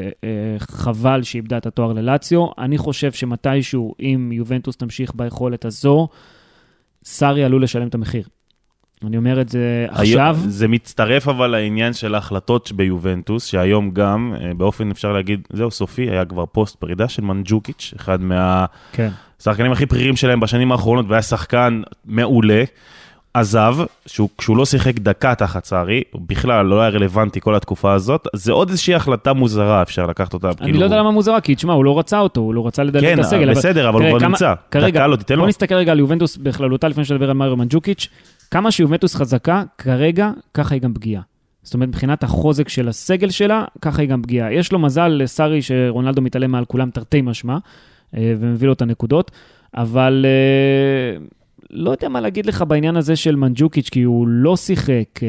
וחבל שאיבדה את התואר ללאציו. אני חושב שמתישהו, אם יובנטוס תמשיך ביכולת הזו, סארי עלול לשלם את המחיר. אני אומר את זה עכשיו. זה מצטרף אבל לעניין של ההחלטות ביובנטוס, שהיום גם, באופן אפשר להגיד, זהו סופי, היה כבר פוסט פרידה של מנג'וקיץ', אחד מהשחקנים הכי בכירים שלהם בשנים האחרונות, והיה שחקן מעולה, עזב, כשהוא לא שיחק דקה תחת סארי, בכלל לא היה רלוונטי כל התקופה הזאת, זה עוד איזושהי החלטה מוזרה, אפשר לקחת אותה. אני לא יודע למה מוזרה, כי תשמע, הוא לא רצה אותו, הוא לא רצה לדלת את הסגל. כן, בסדר, אבל הוא כבר נמצא. כרגע, בוא נסתכל רגע על יובנטוס בכללותה, לפני שדבר על מאריו מנג'וקיץ', כמה שיובנטוס חזקה, כרגע, ככה היא גם פגיעה. זאת אומרת, מבחינת החוזק של הסגל שלה, ככה היא גם פגיעה. יש לו מזל לסארי שרונלדו מתעלם מעל כולם תרתי משמע, ומביא לו את הנקודות, אבל לא יודע מה להגיד לך בעניין הזה של מנג'וקיץ', כי הוא לא שיחק,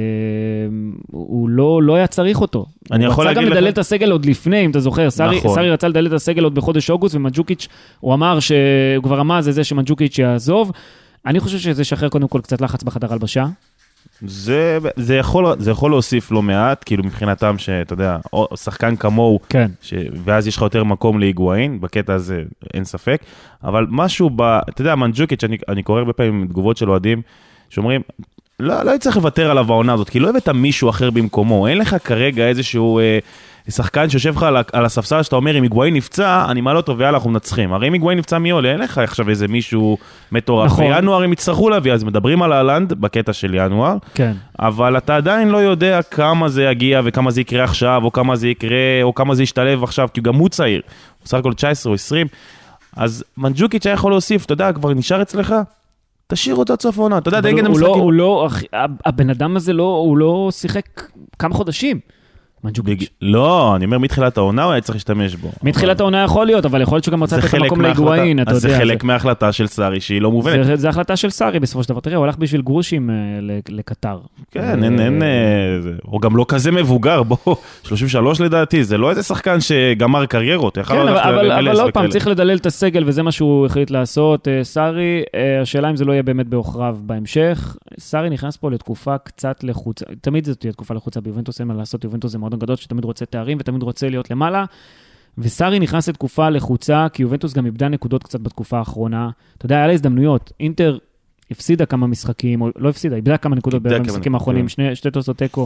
הוא לא, לא היה צריך אותו. אני יכול להגיד לך... הוא רצה גם לדלל את הסגל עוד לפני, אם אתה זוכר. סארי, נכון. סארי רצה לדלל את הסגל עוד בחודש אוגוסט, ומנג'וקיץ' הוא אמר שהוא כבר אמר זה זה שמנג'וקיץ' יעזוב. אני חושב שזה שחרר קודם כל קצת לחץ בחדר הלבשה. זה, זה יכול, זה יכול להוסיף לא מעט, כאילו מבחינתם שאתה יודע, או שחקן כמוהו, כן. ש, ואז יש לך יותר מקום להיגואין, בקטע הזה אין ספק, אבל משהו ב, אתה יודע, מנג'וקיץ', אני, אני קורא הרבה פעמים תגובות של אוהדים, שאומרים, לא, לא צריך לוותר עליו העונה הזאת, כי לא הבאת מישהו אחר במקומו, אין לך כרגע איזשהו... אה, שחקן שיושב לך על, על הספסל שאתה אומר, אם היגואין נפצע, אני מעלה אותו ויאללה, אנחנו מנצחים. הרי אם היגואין נפצע מי עולה, אין לך עכשיו איזה מישהו מטורף. נכון. בינואר הם יצטרכו להביא, אז מדברים על הלנד בקטע של ינואר, כן. אבל אתה עדיין לא יודע כמה זה יגיע וכמה זה יקרה עכשיו, או כמה זה יקרה, או כמה זה ישתלב עכשיו, כי גם הוא צעיר. הוא סך הכל תשע עשרה או עשרים, אז מנג'וקיץ' היה יכול להוסיף, אתה יודע, כבר נשאר אצלך, תשאיר אותו עד סוף העונה. אתה יודע, דגן המשחקים. הוא לא, הבן אדם הזה לא, הוא לא שיחק כמה חודשים. מנג'וקיץ'. לא, אני אומר, מתחילת העונה הוא היה צריך להשתמש בו. מתחילת העונה יכול להיות, אבל יכול להיות שגם מצאת את המקום להיגואין, אתה יודע. אז זה חלק מההחלטה של סארי, שהיא לא מובנת. זה החלטה של סארי בסופו של דבר. תראה, הוא הלך בשביל גרושים לקטר. כן, אין, אין, הוא גם לא כזה מבוגר, בוא, שלושים ושלוש לדעתי, זה לא איזה שחקן שגמר קריירות. כן, אבל עוד פעם, צריך לדלל את הסגל, וזה מה שהוא החליט לעשות. סארי, השאלה אם זה לא יהיה באמת בעוכריו בהמשך. סארי נכנס פה לתקופה קצת לחוצה. תמיד זאת תהיה תקופה לחוצה ביובנטוס, אין מה לעשות, יובנטוס זה מאוד גדול, שתמיד רוצה תארים ותמיד רוצה להיות למעלה, וסארי נכנס לתקופה לחוצה, כי יובנטוס גם איבדה נקודות קצת בתקופה האחרונה. אתה יודע, היה לה הזדמנויות. אינטר הפסידה כמה משחקים, או לא הפסידה, איבדה כמה נקודות במשחקים האחרונים, שני, שתי תוצאות תיקו,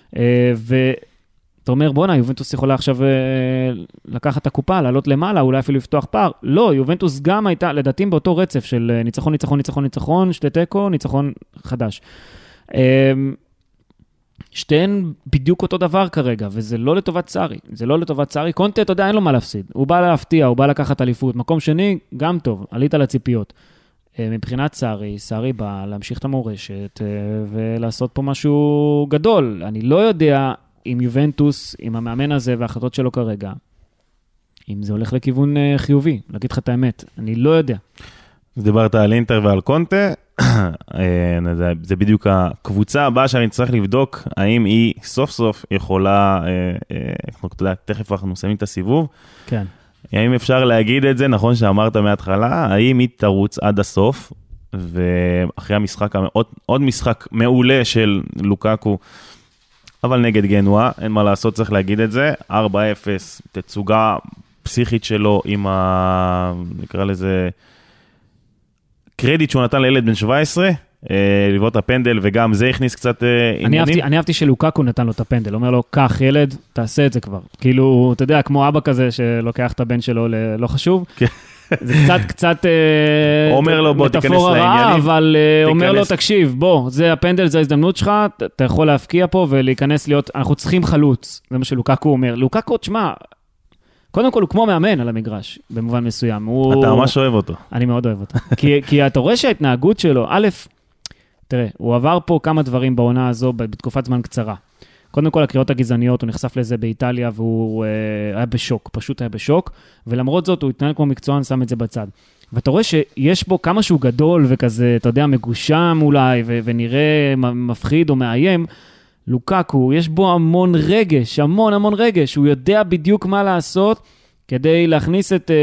ואתה אומר, בוא'נה, יובנטוס יכולה עכשיו לקחת את הקופה, לעלות למעלה, אולי אפילו לפתוח פער. לא, יובנטוס גם הייתה, לדעתי באותו רצף של ניצחון, ניצחון, ניצחון, ניצחון, שתי תיקו, ניצחון חדש. שתיהן בדיוק אותו דבר כרגע, וזה לא לטובת סארי, זה לא לטובת סארי, קונטה, אתה יודע, אין לו מה להפסיד, הוא בא להפתיע, הוא בא לקחת אליפות, מקום שני, גם טוב, עלית לציפיות. מבחינת סארי, סארי בא להמשיך את המורשת, ולעשות פה משהו גדול. אני לא יודע אם יובנטוס, עם המאמן הזה וההחלטות שלו כרגע, אם זה הולך לכיוון חיובי, להגיד לך את האמת, אני לא יודע. דיברת על אינטר ועל קונטה, זה בדיוק הקבוצה הבאה שאני צריך לבדוק, האם היא סוף סוף יכולה, תכף אנחנו מסיימים את הסיבוב, כן. האם אפשר להגיד את זה, נכון שאמרת מההתחלה, האם היא תרוץ עד הסוף, ואחרי המשחק, עוד, עוד משחק מעולה של לוקאקו, אבל נגד גנואה, אין מה לעשות, צריך להגיד את זה, ארבע אפס, תצוגה פסיכית שלו עם ה... נקרא לזה... קרדיט שהוא נתן לילד בן שבע עשרה, לבעוט הפנדל, וגם זה הכניס קצת עניינים. אני אהבתי שלוקאקו נתן לו את הפנדל, אומר לו, קח ילד, תעשה את זה כבר. כאילו, אתה יודע, כמו אבא כזה שלוקח את הבן שלו לא חשוב. זה קצת, קצת אומר לו, בוא, תיכנס לעניינים. אבל אומר לו, תקשיב, בוא, זה הפנדל, זה ההזדמנות שלך, אתה יכול להפקיע פה ולהיכנס להיות, אנחנו צריכים חלוץ. זה מה שלוקאקו אומר. לוקאקו, תשמע, קודם כל הוא כמו מאמן על המגרש, במובן מסוים. הוא... אתה ממש אוהב אותו. אני מאוד אוהב אותו. כי, כי אתה רואה שההתנהגות שלו, א', תראה, הוא עבר פה כמה דברים בעונה הזו בתקופת זמן קצרה. קודם כל, הקריאות הגזעניות, הוא נחשף לזה באיטליה, והוא אה, היה בשוק, פשוט היה בשוק, ולמרות זאת הוא התנהל כמו מקצוען, שם את זה בצד. ואתה רואה שיש בו כמה שהוא גדול וכזה, אתה יודע, מגושם אולי, ו- ונראה מפחיד או מאיים, לוקאקו, יש בו המון רגש, המון המון רגש, הוא יודע בדיוק מה לעשות, כדי להכניס את,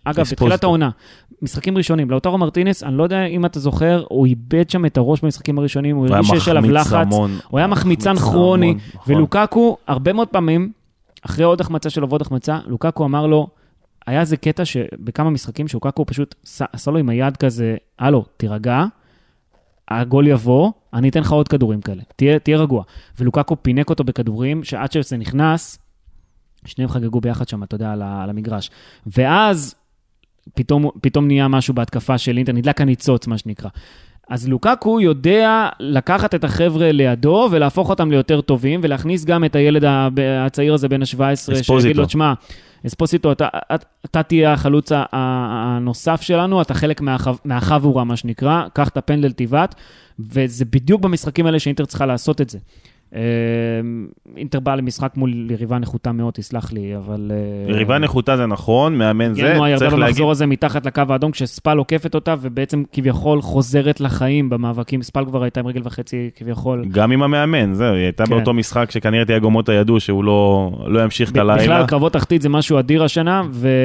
אגב, בתחילת העונה, משחקים ראשונים, לאוטרו מרטינס, אני לא יודע אם אתה זוכר, הוא איבד שם את הראש במשחקים הראשונים, הוא הרגיש שיש עליו לחץ, הוא היה מחמיצן כרוני, ולוקקו, הרבה מאוד פעמים, אחרי עוד החמצה שלו ועוד החמצה, לוקקו אמר לו, היה איזה קטע שבכמה משחקים, שלוקקו פשוט עשה לו עם היד כזה, הלו, תירגע, הגול יבוא, אני אתן לך עוד כדורים כאלה, תהיה, תהיה רגוע. ולוקקו פינק אותו בכדורים, שעד שזה נכנס, שניהם חגגו ביחד שם, אתה יודע, על, על המגרש. ואז, פתאום, פתאום נהיה משהו בהתקפה של אינטר, נדלק הניצוץ, מה שנקרא. אז לוקקו יודע לקחת את החבר'ה לידו, ולהפוך אותם ליותר טובים, ולהכניס גם את הילד הצעיר הזה בין ה-שבע עשרה, שיגיד לו, תשמע, אספוסיטו, אתה, אתה תהיה החלוץ הנוסף שלנו, אתה חלק מהחבורה, מה שנקרא, קח את הפנדל טבעת, וזה בדיוק במשחקים האלה שאינטר צריכה לעשות את זה. אינטר בא למשחק מול יריבה נחותה מאוד, תסלח לי, אבל... יריבה נחותה זה נכון, מאמן זה, צריך להגיד... במחזור הזה מתחת לקו האדום, כשספל עוקפת אותה, ובעצם כביכול חוזרת לחיים במאבקים, ספל כבר הייתה עם רגל וחצי כביכול. גם עם המאמן, זהו, היא הייתה באותו משחק שכנראה תהיה גומות הידוע, שהוא לא ימשיך את הלילה. בכלל, קרבות תחתית זה משהו אדיר השנה,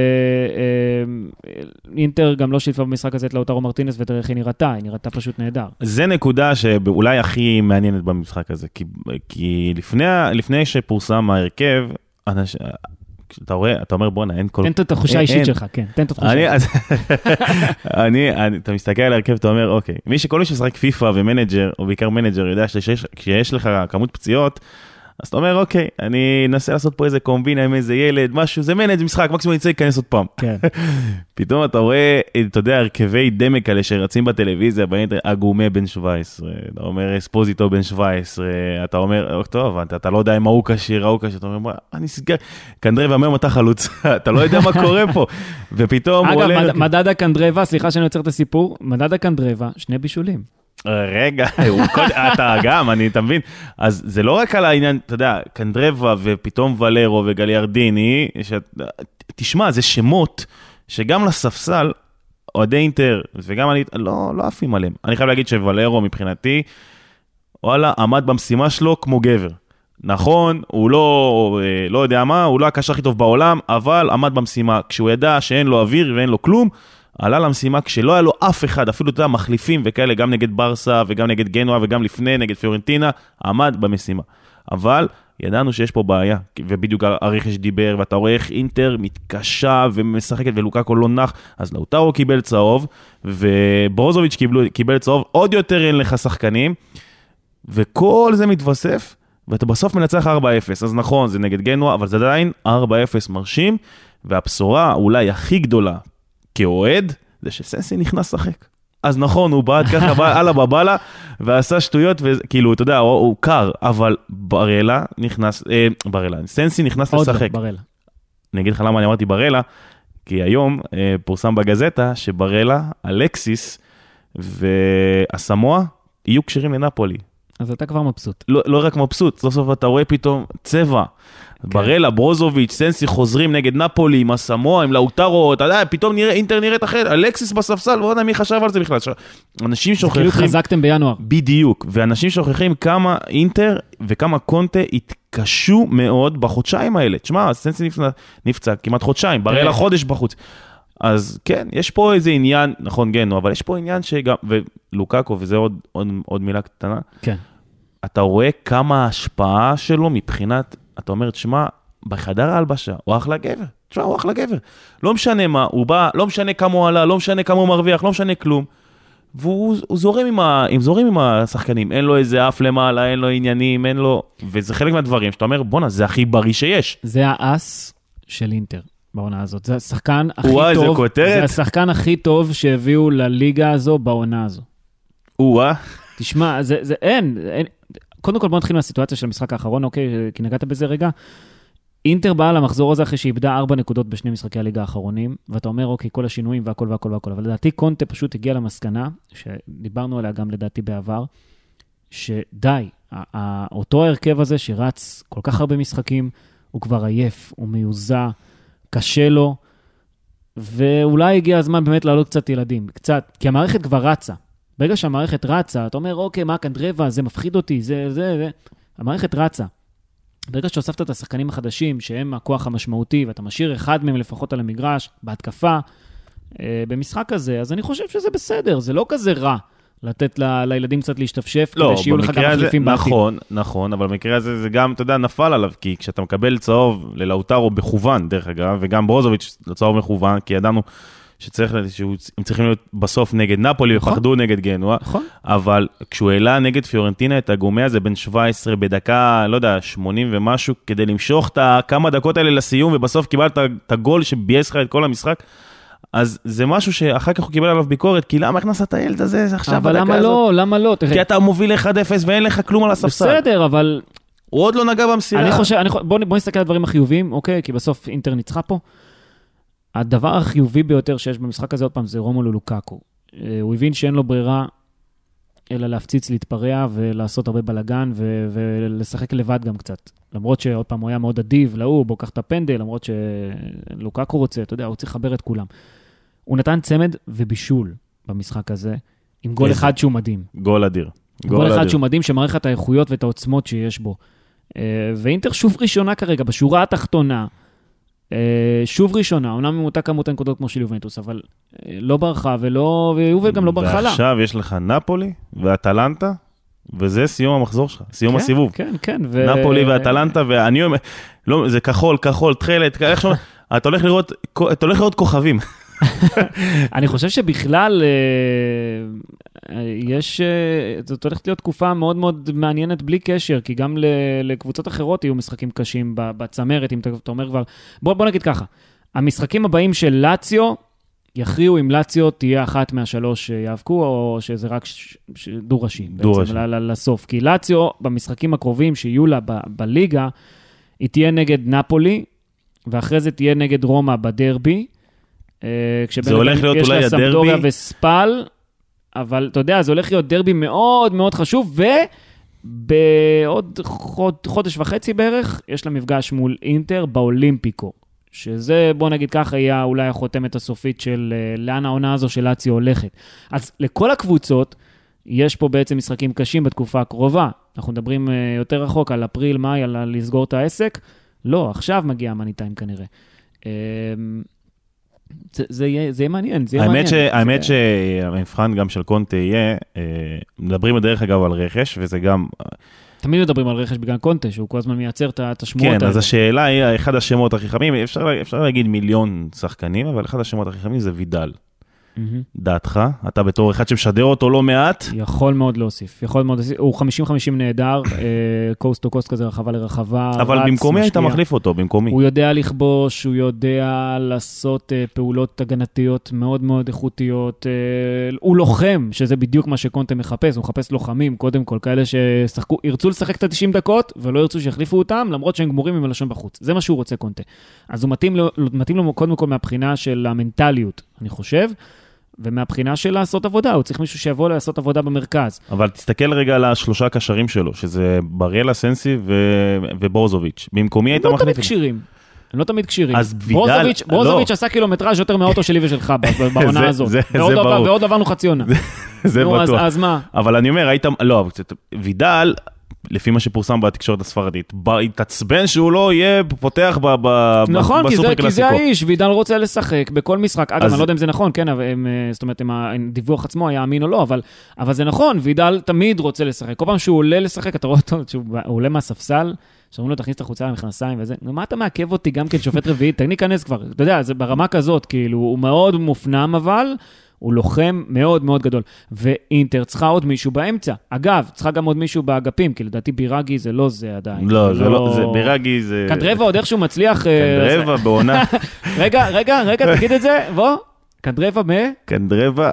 ואינטר גם לא שיתפה במשחק הזה את לאוטרו מרטינס, ותראה היא נראתה, היא נראתה פשוט נהדר. זה נקודה שאולי הכי מעניינת במשחק הזה, כי כי לפני, לפני שפורסם ההרכב, אנש... אתה רואה, אתה אומר, בוא נה, אין כל... תן את התחושה האישית שלך, כן, תן את התחושה האישית. אני, אני, אתה מסתכל על ההרכב, אתה אומר, אוקיי, מי שכל מי ששחק פיפה ומנג'ר, או בעיקר מנג'ר, יודע שיש לך כמות פציעות, אז אתה אומר, אוקיי, אני אנסה לעשות פה איזה קומבינה עם איזה ילד, משהו, זה מנג' משחק, מקסימום אני צריך להיכנס עוד פעם. כן. פתאום אתה רואה, אתה יודע, הרכבי דמק כאלה שרצים בטלוויזיה, באינטר, אגומה בן שבע עשרה, אתה אומר, אספוזיטו בן שבע עשרה, אתה אומר, טוב, אתה, אתה לא יודע אם ההוא קשיר, ההוא קשיר, אתה אומר, אני סגר, קנדרבה אומר מתי חלוץ, אתה לא יודע מה קורה פה, ופתאום אגב, עולה... מד, מדד הקנדרבה, סליחה שאני יוצר את הסיפור, מדד הקנדרבה, שני בישולים. רגע, אתה גם, אני, אתה מבין? אז זה לא רק על העניין, אתה יודע, קנדרבה ופתאום ולרו וגליארדיני, תשמע, זה שמות שגם לספסל, אוהדי אינטר, וגם אני, לא, לא עפים עליהם. אני חייב להגיד שוולרו מבחינתי, וואלה, עמד במשימה שלו כמו גבר. נכון, הוא לא, לא יודע מה, הוא לא הקשר הכי טוב בעולם, אבל עמד במשימה, כשהוא ידע שאין לו אוויר ואין לו כלום, עלה למשימה כשלא היה לו אף אחד, אפילו אתה יודע, מחליפים וכאלה, גם נגד ברסה וגם נגד גנואה וגם לפני, נגד פיורנטינה, עמד במשימה. אבל ידענו שיש פה בעיה, ובדיוק הרכש דיבר, ואתה רואה איך אינטר מתקשה ומשחקת, ולוקקו לא נח, אז לאוטרו קיבל צהוב, וברוזוביץ' קיבל, קיבל צהוב, עוד יותר אין לך שחקנים, וכל זה מתווסף, ואתה בסוף מנצח ארבע אפס, אז נכון, זה נגד גנואה, אבל זה עדיין ארבע אפס מרשים, והבשורה אולי הכי גדולה, כאוהד, זה שסנסי נכנס לשחק. אז נכון, הוא בעד ככה, עלה בבאללה, ועשה שטויות, וכאילו, אתה יודע, הוא, הוא קר, אבל ברלה נכנס, אה, ברלה, סנסי נכנס לשחק. עוד לא, ברלה. אני אגיד לך למה אני אמרתי ברלה, כי היום אה, פורסם בגזטה, שברלה, אלקסיס, והסמואה, יהיו קשרים לנפולי. אז אתה כבר מבסוט. לא, לא רק מבסוט, סוף סוף אתה רואה פתאום צבע, ברלה, ברוזוביץ', סנסי חוזרים נגד נפולי, עם הסמואה, עם לאוטרו, אתה יודע, פתאום נראה, אינטר נראית אחרת, אלקסיס בספסל, לא יודע מי חשב על זה בכלל. אנשים שוכחים... כאילו חזקתם בינואר. בדיוק, ואנשים שוכחים כמה אינטר וכמה קונטה התקשו מאוד בחודשיים האלה. תשמע, סנסי נפצע, נפצע כמעט חודשיים, ברלה חודש בחוץ. אז כן, יש פה איזה עניין, נכון גנו, אבל יש פה עניין שגם, ולוקקו, וזה עוד, עוד, עוד מילה קטנה, כן. אתה רואה כמה ההשפעה שלו מבחינת, אתה אומר, תשמע, בחדר ההלבשה, הוא אחלה גבר, תשמע, הוא אחלה גבר. לא משנה מה, הוא בא, לא משנה כמה הוא עלה, לא משנה כמה הוא מרוויח, לא משנה כלום. והוא הוא זורם עם, ה, עם זורם עם השחקנים, אין לו איזה אף למעלה, אין לו עניינים, אין לו, וזה חלק מהדברים, שאתה אומר, בונה, זה הכי בריא שיש. זה האס של אינטר. בעונה הזאת. זה השחקן הכי וואי, טוב, זה, זה השחקן הכי טוב שהביאו לליגה הזו בעונה הזו. וואה. תשמע, זה, זה אין, אין, קודם כל בוא נתחיל מהסיטואציה של המשחק האחרון, אוקיי, כי נגעת בזה רגע. אינטר באה למחזור הזה אחרי שאיבדה ארבע נקודות בשני משחקי הליגה האחרונים, ואתה אומר, אוקיי, כל השינויים והכל והכל והכל, אבל לדעתי קונטה פשוט הגיע למסקנה, שדיברנו עליה גם לדעתי בעבר, שדי, אותו ההרכב הזה שרץ כל כך הרבה משחקים, הוא כבר עייף, הוא מיוזע, קשה לו, ואולי הגיע הזמן באמת לעלות קצת ילדים, קצת, כי המערכת כבר רצה. ברגע שהמערכת רצה, אתה אומר, אוקיי, מה קנדרבה, זה מפחיד אותי, זה, זה, זה. המערכת רצה. ברגע שהוספת את השחקנים החדשים, שהם הכוח המשמעותי, ואתה משאיר אחד מהם לפחות על המגרש, בהתקפה, במשחק הזה, אז אני חושב שזה בסדר, זה לא כזה רע. לתת ל, לילדים קצת להשתפשף, לא, כדי שיהיו לך גם מחליפים בעתיד. נכון, נכון, אבל במקרה הזה זה גם, אתה יודע, נפל עליו, כי כשאתה מקבל צהוב ללאוטרו בכוון, דרך אגב, וגם ברוזוביץ' צהוב מכוון, כי ידענו שצריך, שהם צריכים להיות בסוף נגד נפולי, נכון. ופחדו נגד גנואה, נכון. אבל כשהוא העלה נגד פיורנטינה את הגומי הזה בין שבע עשרה בדקה, לא יודע, שמונים ומשהו, כדי למשוך את כמה דקות האלה לסיום, ובסוף קיבלת את הגול שבייס לך את כל המשחק, אז זה משהו שאחר כך הוא קיבל עליו ביקורת, כי למה הכנסת את הילד הזה עכשיו בדקה הזאת? אבל למה לא? למה לא? כי אתה מוביל אחד אפס ואין לך כלום על הספסל. בסדר, אבל... הוא עוד לא נגע במסירה. אני חושב, אני חושב, בוא, בוא נסתכל על הדברים החיוביים, אוקיי? כי בסוף אינטר ניצחה פה. הדבר החיובי ביותר שיש במשחק הזה, עוד פעם, זה רומלו לוקאקו. הוא הבין שאין לו ברירה, אלא להפציץ, להתפרע ולעשות הרבה בלגן, ו- ולשחק לבד גם קצת. למרות שעוד פעם הוא היה מאוד אדיב, להוא, בוא קח את הפנדל, למרות שלוקאקו רוצה, אתה יודע, הוא צריך לחבר את כולם. הוא נתן צמד ובישול במשחק הזה, עם גול אחד שהוא מדהים. גול אדיר. גול אחד שהוא מדהים, שמראה לך את האיכויות ואת העוצמות שיש בו. ואינטר שוב ראשונה כרגע, בשורה התחתונה, שוב ראשונה, אומנם עם אותה כמות הנקודות כמו של יובנטוס, אבל לא ברחה ולא, ויובל גם לא ברחה לה. ועכשיו יש לך נפולי ואטלנטה, וזה סיום המחזור שלך, סיום כן, הסיבוב. כן, כן. ו... נפולי ואטלנטה, ואני אומר, לא, זה כחול, כחול, תחלת, איך שאומר, אתה הולך לראות, אתה הולך לראות כוכבים. אני חושב שבכלל יש, זאת הולכת להיות תקופה מאוד מאוד מעניינת בלי קשר, כי גם לקבוצות אחרות יהיו משחקים קשים בצמרת, אם אתה אומר כבר, בוא, בוא נגיד ככה, המשחקים הבאים של לאציו, יכריעו אם לאציו תהיה אחת מהשלוש שיאבקו, או שזה רק דו ראשי, דו ראשי. לסוף, כי לאציו במשחקים הקרובים שיהיו לה ב- בליגה, היא תהיה נגד נפולי, ואחרי זה תהיה נגד רומא בדרבי, זה הולך להיות אולי הדרבי. יש לה סמדוריה וספל, אבל אתה יודע, זה הולך להיות דרבי מאוד מאוד חשוב, ובעוד חודש וחצי בערך, יש לה מפגש מול אינטר באולימפיקו, שזה, בוא נגיד ככה, יהיה אולי החותמת הסופית של לאן העונה הזו של לאציו הולכת. אז לכל הקבוצות, יש פה בעצם משחקים קשים בתקופה הקרובה. אנחנו מדברים יותר רחוק על אפריל, מאי, על לסגור את העסק. לא, עכשיו מגיע המאני טיים כנראה. זה, זה יהיה, זה יהיה מעניין, זה יהיה האמת מעניין. ש, האמת שהמבחן גם של קונטה יהיה, מדברים בדרך אגב על רכש, וזה גם... תמיד מדברים על רכש בגלל קונטה, שהוא כל הזמן מייצר את השמועות האלה. כן, אז השאלה היא, אחד השמות הכי חמים, אפשר, אפשר להגיד מיליון שחקנים, אבל אחד השמות הכי חמים זה וידל. דעתך, אתה בתור אחד שמשדר אותו לא מעט. יכול מאוד להוסיף, יכול מאוד להוסיף, הוא חמישים חמישים נהדר, קוסט או קוסט כזה רחבה לרחבה. אבל במקומי היית מחליף אותו, במקומי. הוא יודע לכבוש, הוא יודע לעשות פעולות הגנתיות מאוד מאוד איכותיות, הוא לוחם, שזה בדיוק מה שקונטה מחפש, הוא מחפש לוחמים, קודם כל, כאלה ששחקו, ירצו לשחק את ה-תשעים דקות, ולא ירצו שיחליפו אותם, למרות שהם גמורים עם הלשון בחוץ. זה מה שהוא רוצה קונטה. אז הוא מתאים לו, מתאים לו קודם כל מהבחינה של המנטליות, אני חושב. ומהבחינה של לעשות עבודה, הוא צריך מישהו שיבוא לעשות עבודה במרכז. אבל תסתכל רגע על השלושה קשרים שלו, שזה בריאלה, סנסי ו... וברוזוביץ'. במקומי היית מחליף. הם לא תמיד קשירים. הם לא תמיד קשירים. אז וידל... ברוזוביץ' עשה קילומטראז' יותר מהאוטו שלי ושלך בעונה הזאת. ועוד עברנו חצי עונה. זה בטוח. אז מה? אבל אני אומר, היית... לא, וידל... לפי מה שפורסם בתקשורת הספרדית, התעצבן שהוא לא יהיה פותח בסופר קלאסיקו. נכון, כי זה האיש, וידל רוצה לשחק בכל משחק. אגב, אני לא יודע אם זה נכון, כן, זאת אומרת, אם הדיווח עצמו היה אמין או לא, אבל זה נכון, וידל תמיד רוצה לשחק. כל פעם שהוא עולה לשחק, אתה רואה אותו, שהוא עולה מהספסל, שאומרים לו, תכניס את החוצה למכנסיים וזה, מה אתה מעכב אותי גם כן שופט רביעי? תכני כנס כבר, אתה יודע, זה ברמה כזאת, כאילו, הוא מאוד מופנם אבל, הוא לוחם מאוד מאוד גדול, ואינטר צריכה עוד מישהו באמצע. אגב, צריכה גם עוד מישהו באגפים, כי לדעתי בירגי זה לא זה עדיין. לא, זה לא, זה בירגי זה... קנדרבה עוד איכשהו מצליח... קנדרבה בעונה. רגע, רגע, רגע, תגיד את זה, בוא. קנדרבה מה? קנדרבה...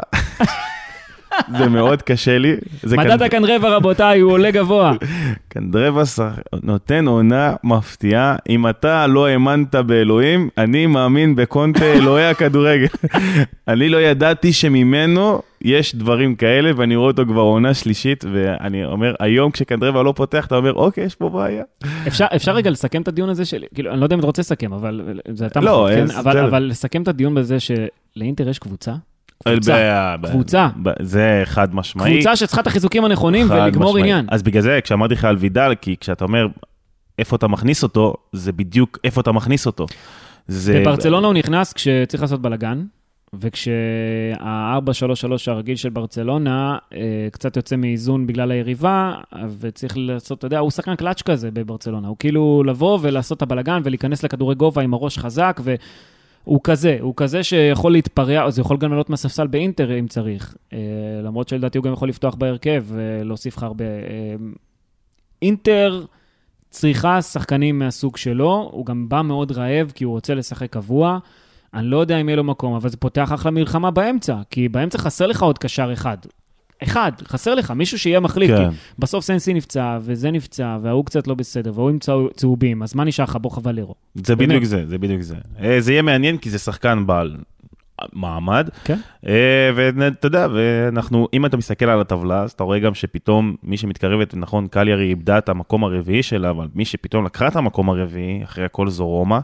זה מאוד קשה לי. מדד הקנדרבה רבותיי, הוא עולה גבוה. קנדרבה נותן עונה מפתיעה. אם אתה לא האמנת באלוהים, אני מאמין בקונטה אלוהי הכדורגל. אני לא ידעתי שממנו יש דברים כאלה, ואני רואה אותו כבר עונה שלישית, ואני אומר, היום כשקנדרבה לא פותח, אתה אומר, אוקיי, יש פה בעיה. אפשר רגע לסכם את הדיון הזה שלי, כאילו, אני לא יודע אם אתה רוצה לסכם, אבל זה אתה מחור, כן? אבל לסכם את הדיון בזה שלאינטר יש קבוצה, קבוצה, קבוצה. זה חד משמעי. קבוצה שצריכה את החיזוקים הנכונים ולגמור עניין. אז בגלל זה, כשאמרתי לך על וידל, כי כשאתה אומר איפה אתה מכניס אותו, זה בדיוק איפה אתה מכניס אותו. בברצלונה הוא נכנס כשצריך לעשות בלגן, וכשה-ארבע שלוש שלוש הרגיל של ברצלונה, קצת יוצא מאיזון בגלל היריבה, וצריך לעשות, אתה יודע, הוא שחקן קלאץ' כזה בברצלונה, הוא כאילו לבוא ולעשות את הבלגן, ולהיכנס לכדורי גובה עם הראש חזק, והוא כזה, הוא כזה שיכול להתפרע, אז הוא יכול גם לעלות מהספסל באינטר אם צריך, למרות שלדעתי הוא גם יכול לפתוח בהרכב, ולהוסיף לך הרבה. אינטר צריכה שחקנים מהסוג שלו, הוא גם בא מאוד רעב, כי הוא רוצה לשחק קבוע, אני לא יודע אם יהיה לו מקום, אבל זה פותח אחלה מלחמה באמצע, כי באמצע חסר לך עוד קשר אחד. אחד, חסר לך, מישהו שיהיה מחליף, כן. כי בסוף סנסי נפצע, וזה נפצע, והוא קצת לא בסדר, והוא עם צהובים, אז מה נשאר לך? בוא חבלרו. זה בדיוק באמת. זה, זה בדיוק זה. זה יהיה מעניין, כי זה שחקן בעל מעמד, כן. ואתה יודע, ואנחנו, אם אתה מסתכל על הטבלה, אז אתה רואה גם שפתאום מי שמתקרבת, נכון, קליארי איבדה את המקום הרביעי שלה, אבל מי שפתאום לקחה את המקום הרביעי, אחרי הכל זו רומא,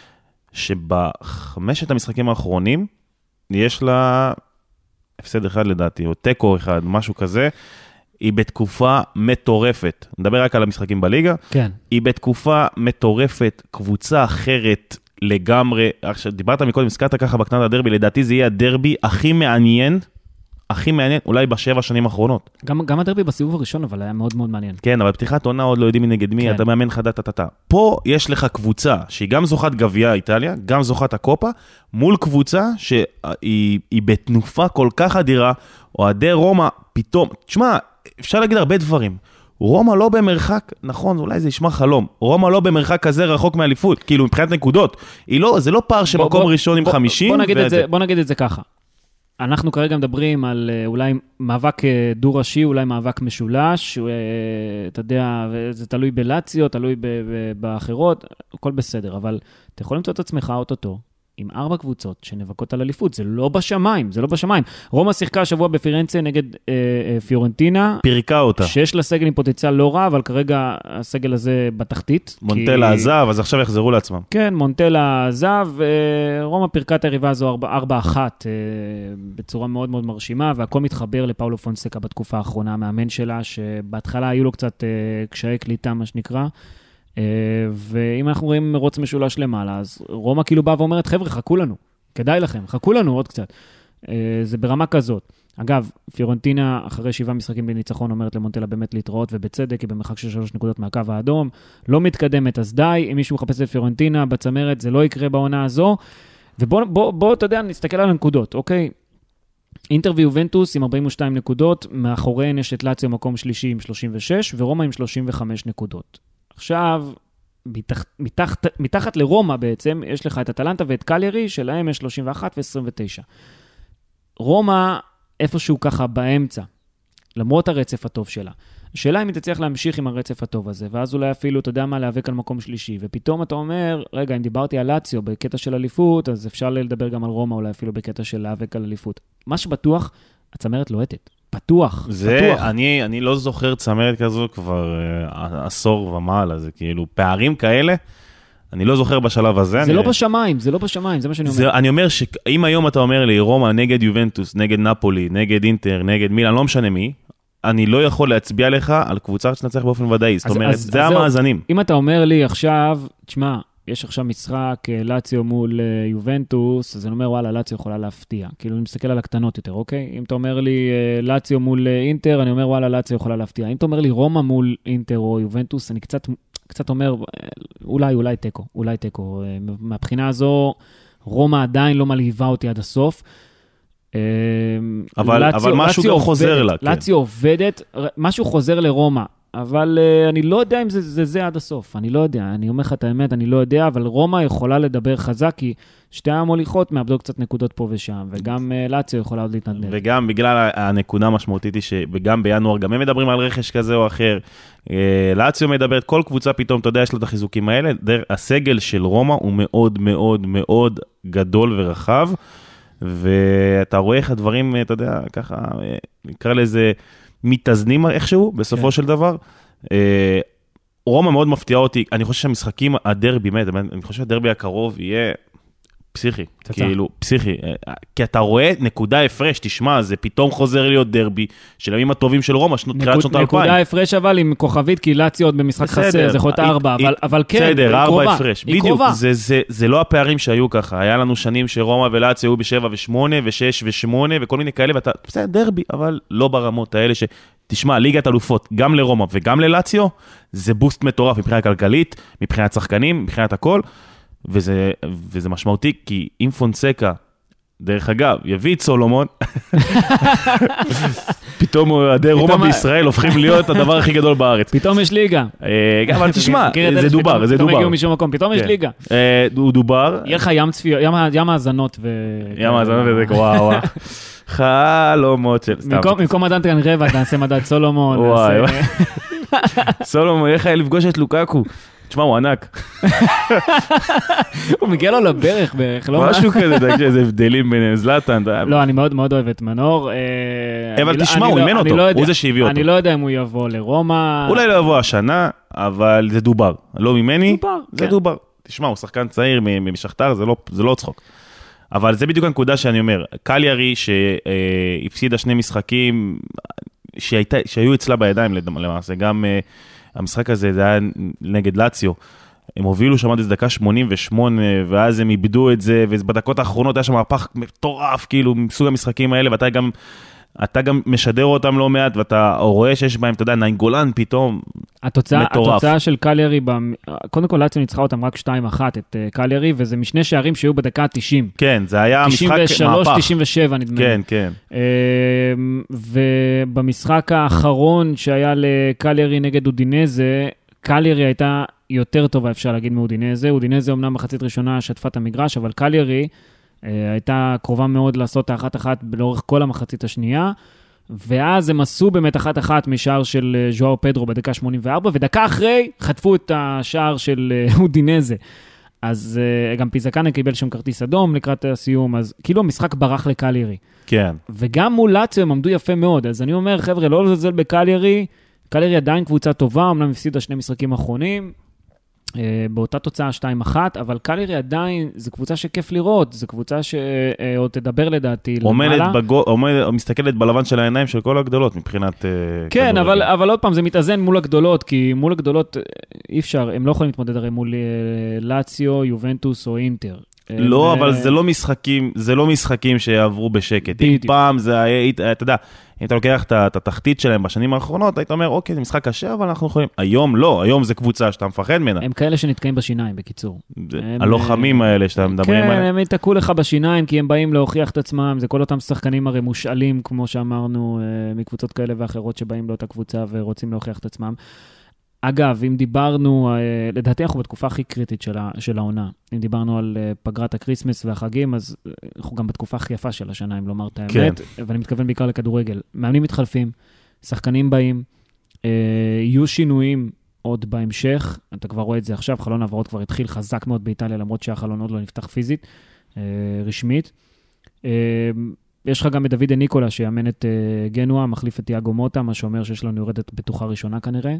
שבחמשת המשחקים האחרונים, יש לה הפסד אחד לדעתי, או טקו אחד, משהו כזה, היא בתקופה מטורפת. נדבר רק על המשחקים בליגה. כן. היא בתקופה מטורפת, קבוצה אחרת לגמרי. עכשיו, דיברת מקודם, הזכרת ככה בקטנת הדרבי, לדעתי זה יהיה הדרבי הכי מעניין, הכי מעניין, אולי בשבע שנים האחרונות. גם, גם הדרבי בסיבוב הראשון, אבל היה מאוד מאוד מעניין. כן, אבל פתיחת עונה עוד לא יודעים מנגד מי, כן. אתה מאמן חדת תתה. פה יש לך קבוצה שהיא גם זוכת גביע איטליה, גם זוכת הקופה, מול קבוצה שהיא היא בתנופה כל כך אדירה, אוהדי רומא פתאום, תשמע, אפשר להגיד הרבה דברים. רומא לא במרחק, נכון, אולי זה ישמע חלום, רומא לא במרחק כזה רחוק מאליפות, כאילו מבחינת נקודות, היא לא, זה לא פער שמקום בוא, בוא, ראשון עם בוא, חמישים. בוא נגיד, את זה, בוא נגיד את זה ככה. אנחנו כרגע מדברים על אולי מאבק דו-ראשי, אולי מאבק משולש, אתה יודע, זה תלוי בלציו, תלוי באחרות, הכל בסדר, אבל אתה יכול למצוא את עצמך אוטוטו, עם ארבע קבוצות שנבקות על אליפות, זה לא בשמיים, זה לא בשמיים. רומא שיחקה השבוע בפירנצה נגד אה, אה, פיורנטינה. פירקה אותה. שיש לה סגל עם פוטנציאל לא רע, אבל כרגע הסגל הזה בתחתית. מונטלה כי... עזב, אז עכשיו יחזרו לעצמם. כן, מונטלה עזב, אה, רומא פירקה את היריבה הזו ארבע אחת, אה, בצורה מאוד מאוד מרשימה, והכל מתחבר לפאולו פונסקה בתקופה האחרונה, המאמן שלה, שבהתחלה היו לו קצת אה, קשיי קליטה, מה שנקרא, ואם אנחנו רואים מרוץ משולש למעלה, אז רומא כאילו באה ואומרת, חבר'ה, חכו לנו, כדאי לכם, חכו לנו עוד קצת. זה ברמה כזאת. אגב, פיורנטינה, אחרי שבעה משחקים בניצחון, אומרת למונטלה באמת להתראות, ובצדק, היא במרחק של שלוש נקודות מהקו האדום, לא מתקדמת, אז די, אם מישהו מחפש את פיורנטינה בצמרת, זה לא יקרה בעונה הזו, ובוא, בוא, בוא, אתה יודע, נסתכל על הנקודות, אוקיי? אינטר ויובנטוס עם ארבעים ושתיים נקודות, מאחוריהן יש את לאציו מקום שלישי עם שלושים ושש, ורומא עם שלושים וחמש נקודות. עכשיו, מתחת, מתחת, מתחת לרומא בעצם, יש לך את הטלנטה ואת קליארי, שלהם יש שלושים ואחת ו-עשרים ותשע. רומא, איפשהו ככה באמצע, למרות הרצף הטוב שלה. השאלה אם היא תצליח להמשיך עם הרצף הטוב הזה, ואז אולי אפילו, אתה יודע מה, להיאבק על מקום שלישי, ופתאום אתה אומר, רגע, אם דיברתי על לאציו בקטע של אליפות, אז אפשר לדבר גם על רומא, אולי אפילו בקטע של להיאבק על אליפות. מה שבטוח, הצמרת לוהטת. פתוח, זה, פתוח. אני, אני לא זוכר צמרת כזו כבר uh, עשור ומעלה, זה כאילו פערים כאלה, אני לא זוכר בשלב הזה. זה אני... לא בשמיים, זה לא בשמיים, זה מה שאני אומר. זה, אני אומר שאם היום אתה אומר לי, רומא נגד יובנטוס, נגד נפולי, נגד אינטר, נגד מילאן, לא משנה מי, אני לא יכול להצביע לך על קבוצה שנצליח באופן ודאי, זאת אומרת, אז, זה אז המאזנים. אם אתה אומר לי עכשיו, תשמע, יש עכשיו משחק לאציו מול יובנטוס, אז אני אומר, וואלה, לאציו יכולה להפתיע. כאילו, אני מסתכל על הקטנות יותר, אוקיי? אם אתה אומר לי לאציו מול אינטר, אני אומר, וואלה, לאציו יכולה להפתיע. אם אתה אומר לי רומא מול אינטר או יובנטוס, אני קצת, קצת אומר, אולי, אולי טקו, אולי טקו. מהבחינה הזו, רומא עדיין לא מלהיבה אותי עד הסוף. אבל, לאציו, אבל משהו גם חוזר לה. לאציו עובדת, משהו חוזר לרומא. אבל uh, אני לא יודע אם זה, זה זה עד הסוף, אני לא יודע, אני אומר לך את האמת, אני לא יודע, אבל רומא יכולה לדבר חזק, כי שתי המוליכות מאבדות קצת נקודות פה ושם, וגם uh, לאציו יכולה עוד להתנדב. וגם בגלל הנקודה המשמעותית היא, שגם בינואר, גם הם מדברים על רכש כזה או אחר, uh, לאציו מדברת, כל קבוצה פתאום, אתה יודע, יש לה את החיזוקים האלה, דר, הסגל של רומא הוא מאוד מאוד מאוד גדול ורחב, ואתה רואה איך הדברים, אתה יודע, ככה, נקרא לזה, מתאזנים איכשהו, בסופו כן. של דבר. רומא מאוד מפתיעה אותי, אני חושב שהמשחקים, הדרבי, אני חושב שהדרבי הקרוב יהיה פסיכי, כאילו, פסיכי, כי אתה רואה נקודה הפרש, תשמע, זה פתאום חוזר להיות דרבי, של הימים הטובים של רומא, תחילת שנות אלפיים. נקודה הפרש אבל עם כוכבית, כי לאציו עוד במשחק חסר, זה יכול להיות ארבע, אבל כן, היא קרובה. בסדר, ארבע הפרש, בדיוק, זה לא הפערים שהיו ככה, היה לנו שנים שרומא ולאציו היו בשבע ושמונה, ושש ושמונה, וכל מיני כאלה, ואתה, בסדר, דרבי, אבל לא ברמות האלה ש... תשמע, ליגת אלופות, גם לרומא וגם ללאציו, זה בוסט מטורף מבחינה כלכלית, מבחינת שחקנים, מבחינת הכל, וזה, וזה משמעותי, כי אם פונסקה, דרך אגב, יביא את סולומון, פתאום עדי רומא בישראל הופכים להיות הדבר הכי גדול בארץ. פתאום יש ליגה. אבל תשמע, זה דובר, זה דובר. פתאום הגיעו משום מקום, פתאום יש ליגה. הוא דובר. יהיה לך ים צפיות, ים האזנות ו... ים האזנות וזה, וואו, וואו. חלומות של... במקום מדען רבע, תעשה מדד סולומון. וואי, סולומון, איך היה לפגוש את לוקאקו? תשמע, הוא ענק. הוא מגיע לו לברך בערך, לא משהו כזה, אתה יודע, איזה הבדלים ביניהם, זלטן. לא, אני מאוד מאוד אוהב את מנור. אבל תשמע, הוא אימן אותו, הוא זה שהביא אותו. אני לא יודע אם הוא יבוא לרומא. אולי לא יבוא השנה, אבל זה דובר. לא ממני, זה דובר. תשמע, הוא שחקן צעיר משכתר, זה לא צחוק. אבל זה בדיוק הנקודה שאני אומר. קליארי שהפסידה שני משחקים שהיו אצלה בידיים למעשה, גם המשחק הזה, זה היה נגד לאציו, הם הובילו שם עד איזה דקה שמונים ושמונה, ואז הם איבדו את זה, ובדקות האחרונות היה שם מהפך מטורף, כאילו, מסוג המשחקים האלה, ואתה גם, אתה גם משדר אותם לא מעט, ואתה רואה שיש בהם, אתה יודע, ניינגולן פתאום, התוצאה, מטורף. התוצאה של קליארי, קודם כל לאציו ניצחה אותם רק שתיים אחת את קליארי, וזה משני שערים שהיו בדקה תשעים. כן, זה היה משחק מהפך. תשעים ושלוש תשעים ושבע נדמה. כן, כן. ובמשחק האחרון שהיה לקליארי נגד אודינזה, קליארי הייתה יותר טובה, אפשר להגיד, מאודינזה. אודינזה אומנם מחצית ראשונה שטפה את המגרש, אבל קליארי הייתה קרובה מאוד לעשות האחת אחת לאורך כל המחצית השנייה, ואז הם עשו באמת אחת אחת משער של ז'ואאו פדרו בדקה שמונים וארבע, ודקה אחרי חטפו את השער של אודינזה. אז גם פיזקנה קיבל שם כרטיס אדום לקראת הסיום, אז כאילו המשחק ברח לקליארי. כן. וגם מול לאציו הם עמדו יפה מאוד, אז אני אומר, חבר'ה, לא לזלזל בקליארי, קליארי עדיין קבוצה טובה, אמנם הפסידה שני משחקים האחרונים, באותה תוצאה שתיים אחת, אבל קליארי עדיין, זו קבוצה שכיף לראות, זו קבוצה שעוד תדבר לדעתי עומדת בגו, עומדת, מסתכלת בלבן של העיניים של כל הגדולות, מבחינת... כן, אבל, אבל עוד פעם, זה מתאזן מול הגדולות, כי מול הגדולות אי אפשר, הם לא יכולים להתמודד הרי מול לאציו, יובנטוס או אינטר. לא, אבל זה לא משחקים, זה לא משחקים שיעברו בשקט. אם פעם זה היה, אתה יודע, אם אתה לוקח את התחתית שלהם בשנים האחרונות, היית אומר, אוקיי, זה משחק קשה, אבל אנחנו יכולים... היום לא, היום זה קבוצה שאתה מפחד ממנה. הם כאלה שנתקעים בשיניים, בקיצור. הלוחמים האלה שאתה מדברים עליהם. כן, הם יתקעו לך בשיניים, כי הם באים להוכיח את עצמם, זה כל אותם שחקנים הרי מושאלים, כמו שאמרנו, מקבוצות כאלה ואחרות שבאים לאותה קבוצה ורוצים להוכיח את עצמם. אגב, אם דיברנו, לדעתי אנחנו בתקופה הכי קריטית של, של העונה, אם דיברנו על פגרת הקריסמס והחגים, אז אנחנו גם בתקופה הכי יפה של השנה, אם לומר את האמת, כן. ואני מתכוון בעיקר לכדורגל. מאמנים מתחלפים, שחקנים באים, יהיו שינויים עוד בהמשך, אתה כבר רואה את זה עכשיו, חלון העברות כבר התחיל חזק מאוד באיטליה, למרות שהחלון עוד לא נפתח פיזית, רשמית. יש לך גם את דוד ניקולה שיאמן את גנואה, מחליף את תיאגו מוטה, מה שאומר שיש לנו יורדת בטוחה ראשונה כנראה.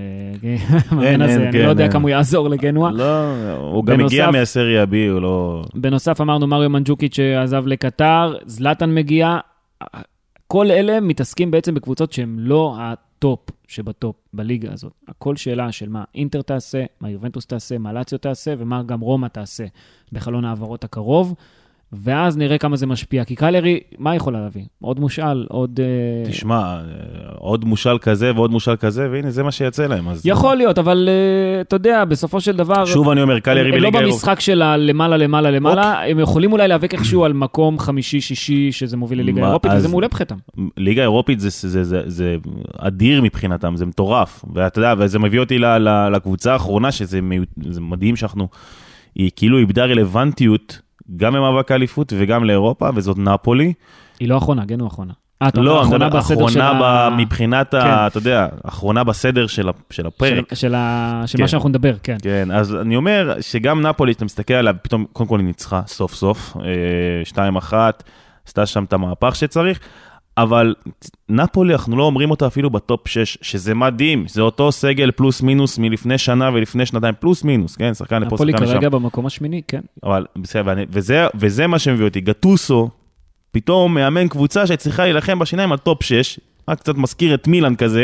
אני לא יודע כמה הוא יעזור לגנואה. לא, הוא גם הגיע מהסריה בי, הוא לא... בנוסף אמרנו מריו מנג'וקיץ' שעזב לקטר, זלטן מגיע, כל אלה מתעסקים בעצם בקבוצות שהן לא הטופ שבטופ בליגה הזאת. הכל שאלה של מה אינטר תעשה, מה יובנטוס תעשה, מה לאציו תעשה, ומה גם רומא תעשה בחלון העברות הקרוב. ואז נראה כמה זה משפיע, כי קליארי, מה יכולה להביא? עוד מושאל, עוד... תשמע, עוד מושאל כזה ועוד מושאל כזה, והנה זה מה שיצא להם. יכול להיות, אבל אתה יודע, בסופו של דבר... שוב אני אומר, קליארי בליגה... הם לא במשחק של למעלה, למעלה, למעלה, הם יכולים אולי להיאבק איכשהו על מקום חמישי, שישי, שזה מוביל לליגה האירופית, וזה מעולה בחתם. ליגה האירופית זה אדיר מבחינתם, זה מטורף, ואתה יודע, וזה מביא אותי לקבוצה האחרונה, שזה מדהים שאנחנו... היא כאילו איבדה רלוונטיות גם במאבק האליפות וגם לאירופה, וזאת נאפולי. היא לא אחרונה, גנו אחרונה. לא, אחרונה בסדר של ה... מבחינת, אתה יודע, אחרונה בסדר של הפרק. של מה שאנחנו נדבר, כן. כן, אז אני אומר שגם נאפולי, אתה מסתכל עליה, פתאום, קודם כל היא ניצחה, סוף סוף, שתיים אחת, עשתה שם את המהפך שצריך, אבל נפולי, אנחנו לא אומרים אותה אפילו בטופ שש, שזה מדהים, זה אותו סגל פלוס מינוס מלפני שנה ולפני שנתיים, פלוס מינוס, כן, שחקן לפה, נפולי שחקן לשם. כרגע במקום השמיני, כן. אבל, וזה, וזה מה שמביא אותי, גטוסו, פתאום מאמן קבוצה שצריכה להילחם בשיניים על טופ שש, רק קצת מזכיר את מילאן כזה,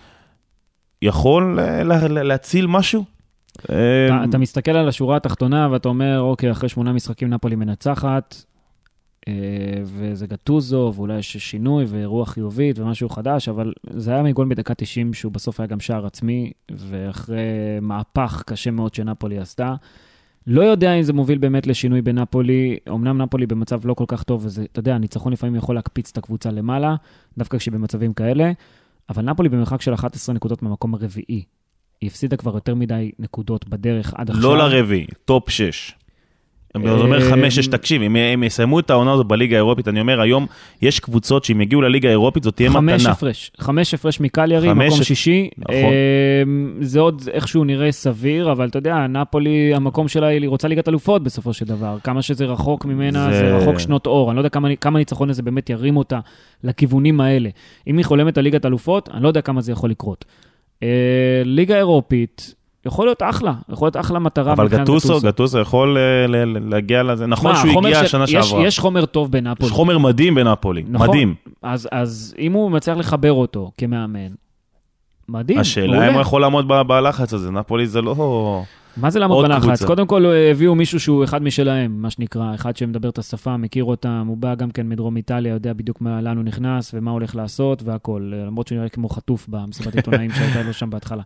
יכול להציל משהו? אתה, אתה מסתכל על השורה התחתונה, ואתה אומר, אוקיי, אחרי שמונה משחקים נפולי מנצחת, וזה גטוזו, ואולי יש שינוי ורוח חיובית ומשהו חדש, אבל זה היה מגול בדקה תשעים, שהוא בסוף היה גם שער עצמי, ואחרי מהפך קשה מאוד שנפולי עשתה. לא יודע אם זה מוביל באמת לשינוי בנפולי, אמנם נפולי במצב לא כל כך טוב, וזה, אתה יודע, הניצחון לפעמים יכול להקפיץ את הקבוצה למעלה, דווקא כשבמצבים כאלה, אבל נפולי במרחק של אחת עשרה נקודות מהמקום הרביעי. היא הפסידה כבר יותר מדי נקודות בדרך עד עכשיו. לא לרביעי, טופ שש. אני אומר חמש, שש, תקשיב, אם הם יסיימו את העונה הזאת בליגה האירופית, אני אומר, היום יש קבוצות שאם יגיעו לליגה האירופית, זאת תהיה מתנה. חמש הפרש, חמש הפרש מקליירי, מקום שישי. זה עוד איכשהו נראה סביר, אבל אתה יודע, נפולי, המקום שלה היא רוצה ליגת אלופות בסופו של דבר. כמה שזה רחוק ממנה, זה רחוק שנות אור. אני לא יודע כמה ניצחון הזה באמת ירים אותה לכיוונים האלה. אם היא חולמת על ליגת אלופות, אני לא יודע כמה זה יכול לקרות. ליגה אירופית, יכול להיות אחלה, יכול להיות אחלה מטרה. אבל גטוסו, גטוסו יכול להגיע לזה. נכון שהוא הגיע השנה שעברה. יש חומר טוב בנפולי. יש חומר מדהים בנפולי, מדהים. אז אם הוא מצליח לחבר אותו כמאמן, מדהים. השאלה אם הוא יכול לעמוד בלחץ הזה, נפולי זה לא... מה זה לעמוד בלחץ? קודם כל הביאו מישהו שהוא אחד משלהם, מה שנקרא, אחד שמדבר את השפה, מכיר אותם, הוא בא גם כן מדרום איטליה, יודע בדיוק לאן הוא נכנס ומה הולך לעשות והכל, למרות שהוא נראה כמו חטוף במסיבת עיתונאים שהייתה לו שם בהתחלה.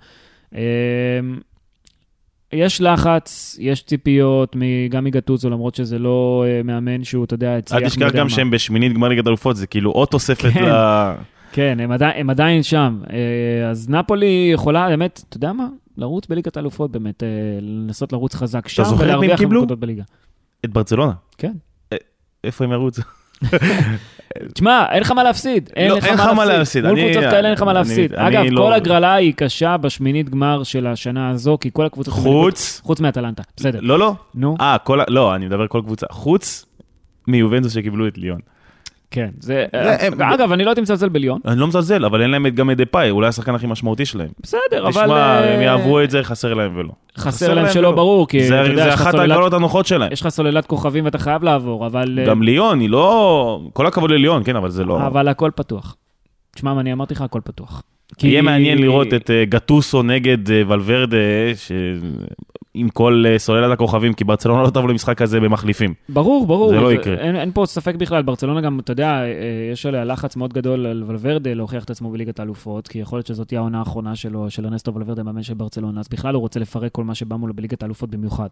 יש לחץ, יש ציפיות, גם מגטוזו, למרות שזה לא מאמן שהוא, אתה יודע, הצליח... אל תשכח גם שהם בשמינית גמר ליגת אלופות, זה כאילו עוד תוספת ל... כן, הם עדיין, הם עדיין שם. אז נפולי יכולה, באמת, אתה יודע מה? לרוץ בליגת האלופות, באמת, לנסות לרוץ חזק שם, ולהרוויח נקודות בליגה. את ברצלונה? כן. איפה הם ירוצו? תשמע, אין לך מה להפסיד. אין לך מה להפסיד. מול קבוצות כאלה אין לך מה להפסיד. אגב, כל הגרלה היא קשה בשמינית גמר של השנה הזו, כי כל הקבוצות... חוץ? חוץ מאטלנטה, בסדר. לא, לא. נו. אה, לא, אני מדבר כל קבוצה. חוץ מיובנטוס שקיבלו את ליון. כן, זה... אגב, אני לא הייתי מצלצל בליון. אני לא מצלצל, אבל אין להם גם את דפאי, אולי השחקן הכי משמעותי שלהם. בסדר, אבל... תשמע, הם יעברו את זה, חסר להם ולא. חסר להם שלא ברור, כי... זה אחת הגרלות הנוחות שלהם. יש לך סוללת כוכבים ואתה חייב לעבור, אבל... גם ליון, היא לא... כל הכבוד לליון, כן, אבל זה לא... אבל הכל פתוח. תשמע, אני אמרתי לך, הכל פתוח. יהיה מעניין לראות את גטוסו נגד ולוורדה, עם כל סוללת הכוכבים, כי ברצלונה לא טוב למשחק הזה במחליפים. ברור, ברור. זה לא יקרה. אין, אין פה ספק בכלל. ברצלונה גם, אתה יודע, יש עליה לחץ מאוד גדול על ולוורדה להוכיח את עצמו בליגת האלופות, כי יכול להיות שזאת תהיה העונה האחרונה שלו, של ארנסטו ולוורדה, מאמן של ברצלונה, אז בכלל הוא רוצה לפרק כל מה שבא מולו בליגת האלופות במיוחד.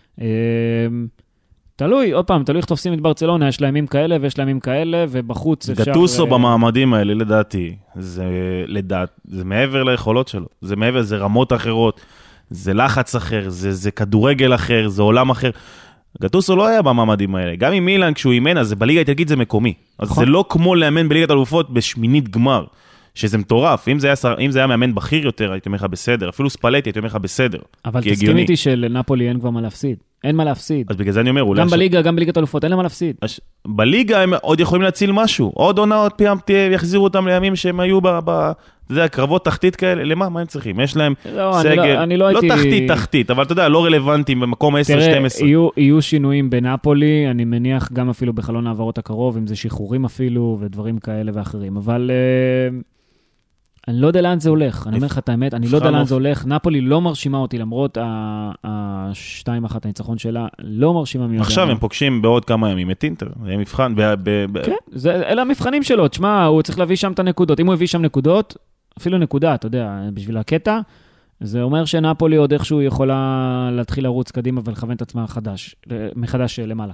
תלוי, עוד פעם, תלוי איך תופסים את ברצלונה, יש להם ימים כאלה ויש להם ימים כאלה, ובחוץ אפשר... גטוסו במעמדים האלה, לדעתי, זה, לדעת, זה מעבר ליכולות שלו, זה מעבר, זה רמות אחרות, זה לחץ אחר, זה, זה כדורגל אחר, זה עולם אחר. גטוסו לא היה במעמדים האלה, גם עם מילאן כשהוא אימן, אז בליגה האיטלקית זה מקומי. אז זה לא כמו לאמן בליגת אלופות בשמינית גמר, שזה מטורף. אם זה היה, אם זה היה מאמן בכיר יותר, הייתי אומר לך בסדר, אפילו ספלטי, הייתי אומר לך בסדר. אבל תסכים איתי שלנפולי אין כבר מה להפסיד. אין מה להפסיד. אז בגלל זה אני אומר, אולי... גם בליגה, גם בליגת אלופות, אין להם מה להפסיד. בליגה הם עוד יכולים להציל משהו. עוד עונה, עוד פעם יחזירו אותם לימים שהם היו ב... אתה יודע, קרבות תחתית כאלה, למה? מה הם צריכים? יש להם סגל... לא תחתית, תחתית, אבל אתה יודע, לא רלוונטיים במקום עשר שתים עשרה. תראה, יהיו שינויים בנפולי, אני מניח גם אפילו בחלון העברות הקרוב, אם זה שחרורים אפילו, ודברים כאלה ואחרים. אבל... אני לא יודע לאן זה הולך, אני אומר לך את האמת, אני לא יודע לאן זה הולך, נפולי לא מרשימה אותי, למרות ה-שתיים אחת הניצחון שלה, לא מרשימה מי יודע. עכשיו הם פוגשים בעוד כמה ימים את אינטר, זה מבחן. כן, אלה המבחנים שלו, תשמע, הוא צריך להביא שם את הנקודות, אם הוא הביא שם נקודות, אפילו נקודה, אתה יודע, בשביל הקטע, זה אומר שנפולי עוד איכשהו יכולה להתחיל לרוץ קדימה ולכוון את עצמה מחדש למעלה.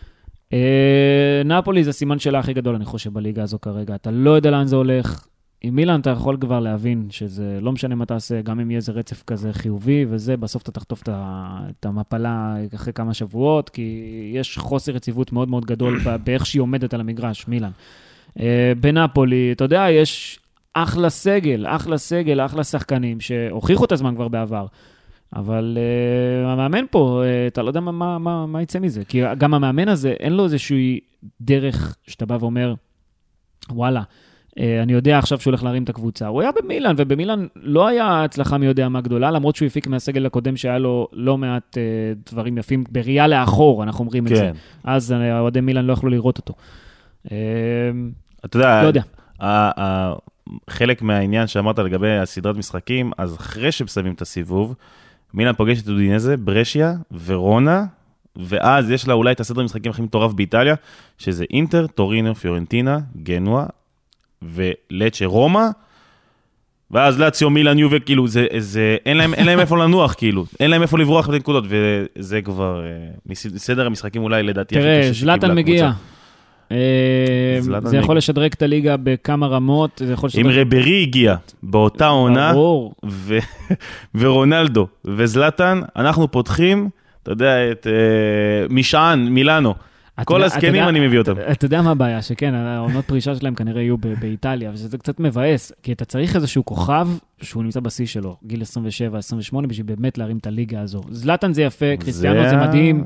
נפולי זה סימן שלה הכי גדול, אני חושב, בליגה הזו כרגע, אתה לא יודע לאן זה הולך. עם מילאן אתה יכול כבר להבין שזה לא משנה מה תעשה, גם אם יהיה איזה רצף כזה חיובי, וזה בסוף אתה תחטוף את המפלה אחרי כמה שבועות, כי יש חוסר יציבות מאוד מאוד גדול באיך שהיא עומדת על המגרש, מילאן. בנפולי, אתה יודע, יש אחלה סגל, אחלה סגל, אחלה שחקנים, שהוכיחו את הזמן כבר בעבר, אבל uh, המאמן פה, uh, אתה לא יודע מה, מה, מה, מה יצא מזה, כי גם המאמן הזה, אין לו איזושהי דרך שאתה בא ואומר, וואלה, אני יודע עכשיו שהוא הולך להרים את הקבוצה. הוא היה במילאן, ובמילאן לא היה הצלחה מי יודע מה גדולה, למרות שהוא הפיק מהסגל הקודם שהיה לו לא מעט דברים יפים, בראייה לאחור, אנחנו אומרים את זה. אז אוהדי מילאן לא יכלו לראות אותו. אתה יודע, לא יודע. חלק מהעניין שאמרת לגבי הסדרת משחקים, אז אחרי שמסיימים את הסיבוב, מילאן פוגשת את אודינזה, ברשיה ורונה, ואז יש לה אולי את הסדר המשחקים הכי מטורף באיטליה, שזה אינטר, טורינו, פיורנטינה, גנואה, ולצ'ה רומא, ואז לאציו, מילאן, יובה, כאילו, זה, זה, אין להם, אין להם איפה לנוח, כאילו, אין להם איפה לברוח בנקודות, וזה כבר, מסדר המשחקים אולי לדעתי. תראה, זלאטן מגיע. זה יכול לשדרג את הליגה בכמה רמות. אם רברי הגיע באותה עונה, ורונלדו וזלאטן, אנחנו פותחים, אתה יודע, את משען, מילאנו. כל הזקנים אני מביא אותם. אתה יודע מה הבעיה? שכן, העונות פרישה שלהם כנראה יהיו באיטליה, וזה קצת מבאס, כי אתה צריך איזשהו כוכב שהוא נמצא בשיא שלו, גיל עשרים ושבע עשרים ושמונה, בשביל באמת להרים את הליגה הזו. זלאטן זה יפה, קריסטיאנו זה מדהים,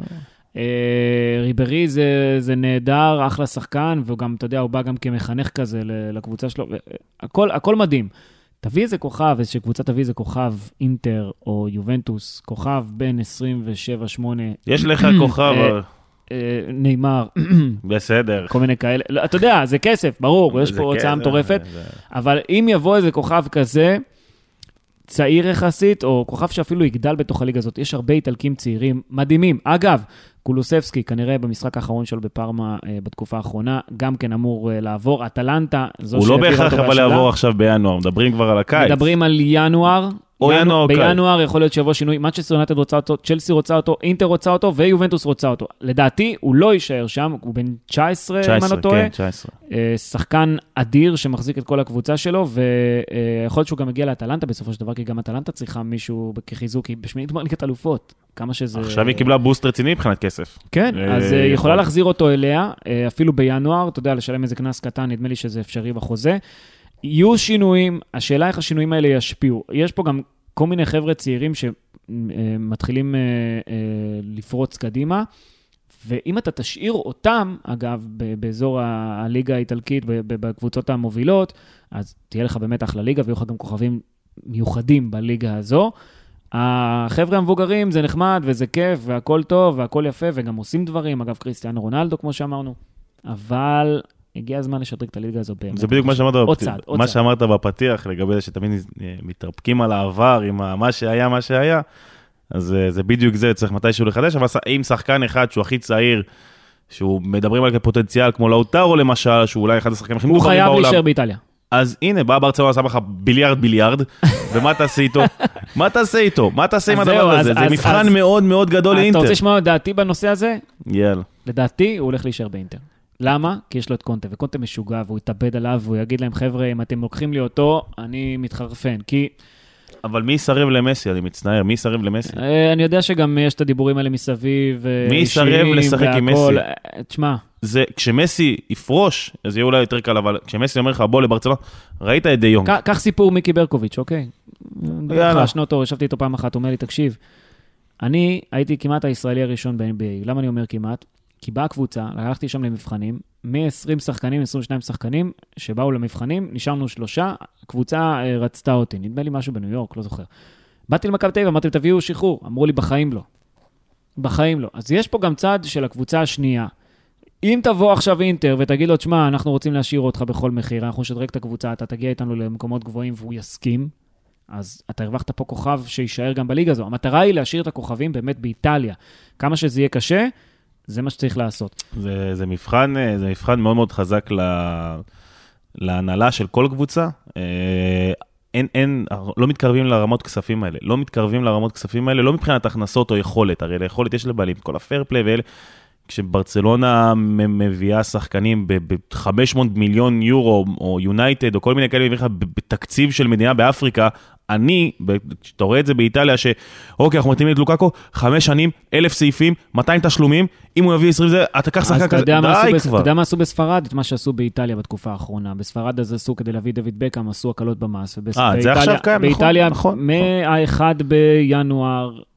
ריברי זה, זה נהדר, אחלה שחקן, והוא גם, אתה יודע, הוא בא גם כמחנך כזה לקבוצה שלו, הכל, הכל מדהים. תביא איזה כוכב, איזושהי קבוצה תביא איזה כוכב, אינטר או יובנטוס, כוכב בין עשרים ושבע שמונה. יש לך כוכב... ניימר. בסדר. כל מיני כאלה. אתה יודע, זה כסף, ברור, יש פה הוצאה מטורפת, אבל אם יבוא איזה כוכב כזה, צעיר יחסית, או כוכב שאפילו יגדל בתוך הליגה הזאת, יש הרבה איטלקים צעירים מדהימים. אגב, קולוסבסקי, כנראה במשחק האחרון שלו בפארמה בתקופה האחרונה, גם כן אמור לעבור. אטלנטה, הוא לא בהכרח אבל לעבור עכשיו בינואר, מדברים כבר על הקיץ. מדברים על ינואר, או ינואר, בינואר יכול להיות שיבוא שינוי, מנצ'סטר יונייטד רוצה אותו, צ'לסי רוצה אותו, אינטר רוצה אותו, ויובנטוס רוצה אותו. לדעתי, הוא לא יישאר שם, הוא בן תשע עשרה, אם אני לא טועה. כן, תשע עשרה. שחקן אדיר שמחזיק את כל הקבוצה שלו, ויכול להיות שהוא גם מגיע לאטלנטה בסופו של דבר, כי גם אטלנטה צריכה מישהו כחיזוק, כי בשמינית גמר ליגת אלופות, כמה שזה... עכשיו היא קיבלה בוסט רציני מבחינת כסף. כן, אז היא יכולה להחזיר אותו אליה, אפילו בינואר, אתה יודע, לשלם איזה כנס קטן, נדמה לי שזה אפשרי בחוזה. יהיו שינויים, השאלה איך השינויים האלה ישפיעו. יש פה גם כל מיני חבר'ה צעירים שמתחילים לפרוץ קדימה, ואם אתה תשאיר אותם, אגב, באזור הליגה האיטלקית, בקבוצות המובילות, אז תהיה לך באמת אחלה ליגה, ויהיו לך גם כוכבים מיוחדים בליגה הזו. החבר'ה המבוגרים זה נחמד, וזה כיף, והכל טוב, והכל יפה, וגם עושים דברים, אגב, קריסטיאנו רונלדו, כמו שאמרנו, אבל... הגיע הזמן לשדרג את הליגה הזו באמת. זה בדיוק מה שאמרת, עוד צעד, עוד מה צעד. שאמרת בפתיח, לגבי זה שתמיד מתרפקים על העבר, עם מה שהיה, מה שהיה, אז זה בדיוק זה, צריך מתישהו לחדש, אבל אם שחקן אחד שהוא הכי צעיר, שהוא מדברים על כפוטנציאל, כמו לאוטרו למשל, שהוא אולי אחד השחקנים הכי מוכרים בעולם. הוא חייב להישאר באיטליה. אז הנה, בא ברצלונה, עשה לך ביליארד ביליארד, ומה תעשה איתו? מה תעשה איתו? מה תעשה עם הדבר הזה? זה מבחן מאוד מאוד גדול לאינטר. אתה רוצה לשמוע דעתי בנושא הזה? יאללה. לדעתי, הוא הולך להישאר באינטר. למה? כי יש לו את קונטה, וקונטה משוגע, והוא יתאבד עליו, והוא יגיד להם, חבר'ה, אם אתם לוקחים לי אותו, אני מתחרפן, כי... אבל מי יסרב למסי? אני מצטער, מי יסרב למסי? אני יודע שגם יש את הדיבורים האלה מסביב, מי יסרב לשחק עם מסי? תשמע. זה, כשמסי יפרוש, אז יהיה אולי יותר קל, אבל כשמסי אומר לך, בוא לברצלונה, ראית את די יונג. כך סיפור מיקי ברקוביץ', אוקיי? יאללה. שנותו, ישבתי איתו פעם אחת, אומר לי, תקשיב, אני הייתי כמעט הישראלי הראשון ב-אן בי איי. למה אני אומר כמעט? כי באה קבוצה, הלכתי שם למבחנים, מ-עשרים שחקנים, עשרים ושניים שחקנים, שבאו למבחנים, נשארנו שלושה, קבוצה רצתה אותי, נדמה לי משהו בניו יורק, לא זוכר. באתי למכבי תל אביב, אמרתי, תביאו שחרור, אמרו לי, בחיים לא. בחיים לא. אז יש פה גם צד של הקבוצה השנייה. אם תבוא עכשיו אינטר ותגיד לו, תשמע, אנחנו רוצים להשאיר אותך בכל מחיר, אנחנו נשדרג את הקבוצה, אתה תגיע איתנו למקומות גבוהים והוא יסכים, אז אתה הרווחת פה כוכב שישאר גם בליגה הזו. המטרה היא להשאיר את הכוכבים באמת באיטליה. כמה שזה יהיה קשה, זה מה שצריך לעשות. זה, זה מבחן, זה מבחן מאוד מאוד חזק ל, להנהלה של כל קבוצה. אין, אין, לא מתקרבים לרמות כספים האלה. לא מתקרבים לרמות כספים האלה, לא מבחינת הכנסות או יכולת. הרי ליכולת יש לבעלים, כל הפייר פליי ואלה. כשברצלונה מביאה שחקנים ב-חמש מאות מיליון יורו, או יונייטד, או כל מיני כאלה, בתקציב של מדינה באפריקה, אני, כשאתה רואה את זה באיטליה, שאוקיי, אנחנו מתאימים את לוקאקו, חמש שנים, אלף סעיפים, מאתיים תשלומים, אם הוא יביא עשרים זה, אתה קח שחקן כזה, די כבר. אתה יודע מה עשו בספרד? את מה שעשו באיטליה בתקופה האחרונה. בספרד אז עשו כדי להביא דוד בקאם, עשו הקלות במס. אה, זה עכשיו קיים, נכון. באיטליה, מה-אחד בינואר,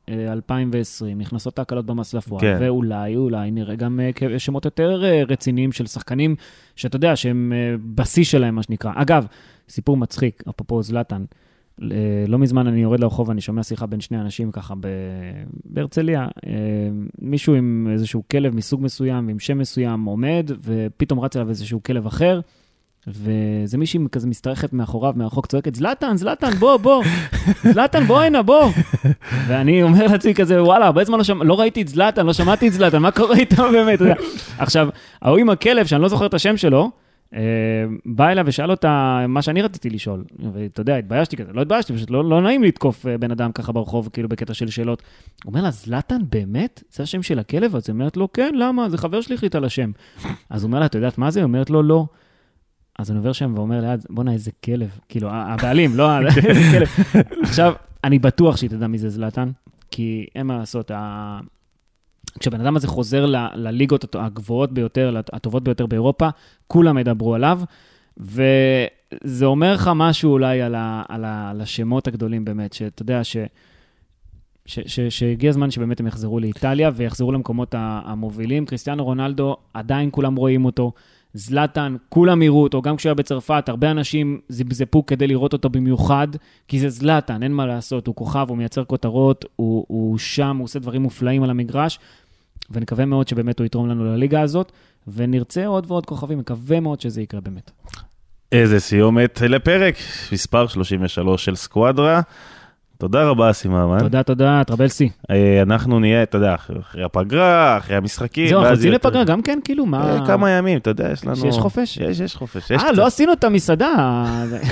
אלפיים ועשרים, נכנסות ההקלות במסלפוע, כן. ואולי, אולי נראה גם uh, שמות יותר uh, רציניים של שחקנים, שאתה יודע, שהם uh, בשיא שלהם, מה שנקרא. אגב, סיפור מצחיק, אפרופו זלטן, uh, לא מזמן אני יורד לרחוב, אני שומע שיחה בין שני אנשים ככה ב... בהרצליה, uh, מישהו עם איזשהו כלב מסוג מסוים, עם שם מסוים עומד, ופתאום רץ אליו איזשהו כלב אחר, וזה מישהי כזה מסתרכת מאחוריו, מהרחוק צועקת, זלטן, זלטן, בוא, בוא, זלטן, בוא הנה, בוא. ואני אומר לעצמי כזה, וואלה, הרבה זמן לא, שמע, לא ראיתי את זלטן, לא שמעתי את זלטן, מה קורה איתו באמת? עכשיו, ההוא עם הכלב, שאני לא זוכר את השם שלו, בא אליו ושאל אותה מה שאני רציתי לשאול, ואתה יודע, התביישתי כזה, לא התביישתי, פשוט לא, לא נעים לתקוף בן אדם ככה ברחוב, כאילו בקטע של שאלות. הוא אומר לה, זלטן, באמת? זה השם של הכלב? אז היא אומרת לו, כן, למה? זה חבר שלי החליט על השם. אז הוא אומר לה, אתה יודעת מה זה? היא אומרת לו, לא. אז אני עובר שם ואומר ליד, בוא נה, איזה כלב. כאילו, הבעלים, לא, איזה כלב. עכשיו, אני בטוח שהיא תדע מי זה זלטן, כי אין מה לעשות, ה... כשבן אדם הזה חוזר ל- לליגות הגבוהות ביותר, הטובות ביותר באירופה, כולם ידברו עליו, וזה אומר לך משהו אולי על, ה- על, ה- על השמות הגדולים באמת, שאתה יודע ש... ש- ש- שהגיע הזמן שבאמת הם יחזרו לאיטליה, ויחזרו למקומות המובילים. קריסטיאנו רונלדו, עדיין כולם רואים אותו, זלטן, כולם יראו אותו, גם כשהוא היה בצרפת, הרבה אנשים זיבזפו כדי לראות אותו במיוחד, כי זה זלטן, אין מה לעשות, הוא כוכב, הוא מייצר כותרות, הוא, הוא שם, הוא עושה דברים מופלאים על המגרש, ונקווה מאוד שבאמת הוא יתרום לנו לליגה הזאת, ונרצה עוד ועוד כוכבים, מקווה מאוד שזה יקרה באמת. איזה סיומת לפרק, מספר שלושים ושלוש של סקואדרה. תודה רבה, סיממן. תודה, תודה, טרבלסי. אנחנו נהיה, אתה יודע, אחרי הפגרה, אחרי המשחקים. זהו, אנחנו יוצאים לפגרה, גם כן, כאילו, מה... כמה ימים, אתה יודע, יש לנו... שיש חופש? יש, יש חופש. אה, לא עשינו את המסעדה.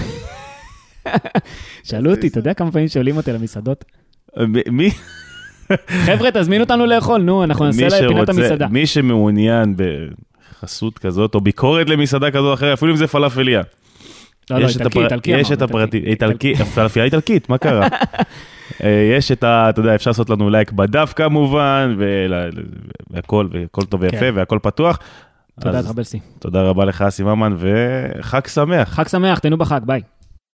שאלו אותי, אתה יודע כמה פעמים שואלים אותי על המסעדות? מי? חבר'ה, תזמינו אותנו לאכול, נו, אנחנו נעשה לה פינת המסעדה. מי שמעוניין בחסות כזאת, או ביקורת למסעדה כזו או אחרת, אפילו אם זה פלאפליה. לא, לא, איטלקי, איטלקי. יש את הפרטים, איטלקי, פלאפליה איטלקית, מה קרה? יש את ה, אתה יודע, אפשר לעשות לנו לייק בדף כמובן, והכל, והכל טוב ויפה, והכל פתוח. תודה, טרבלסי. תודה רבה לך, סיממן, וחג שמח. חג שמח, תהנו בחג, ביי.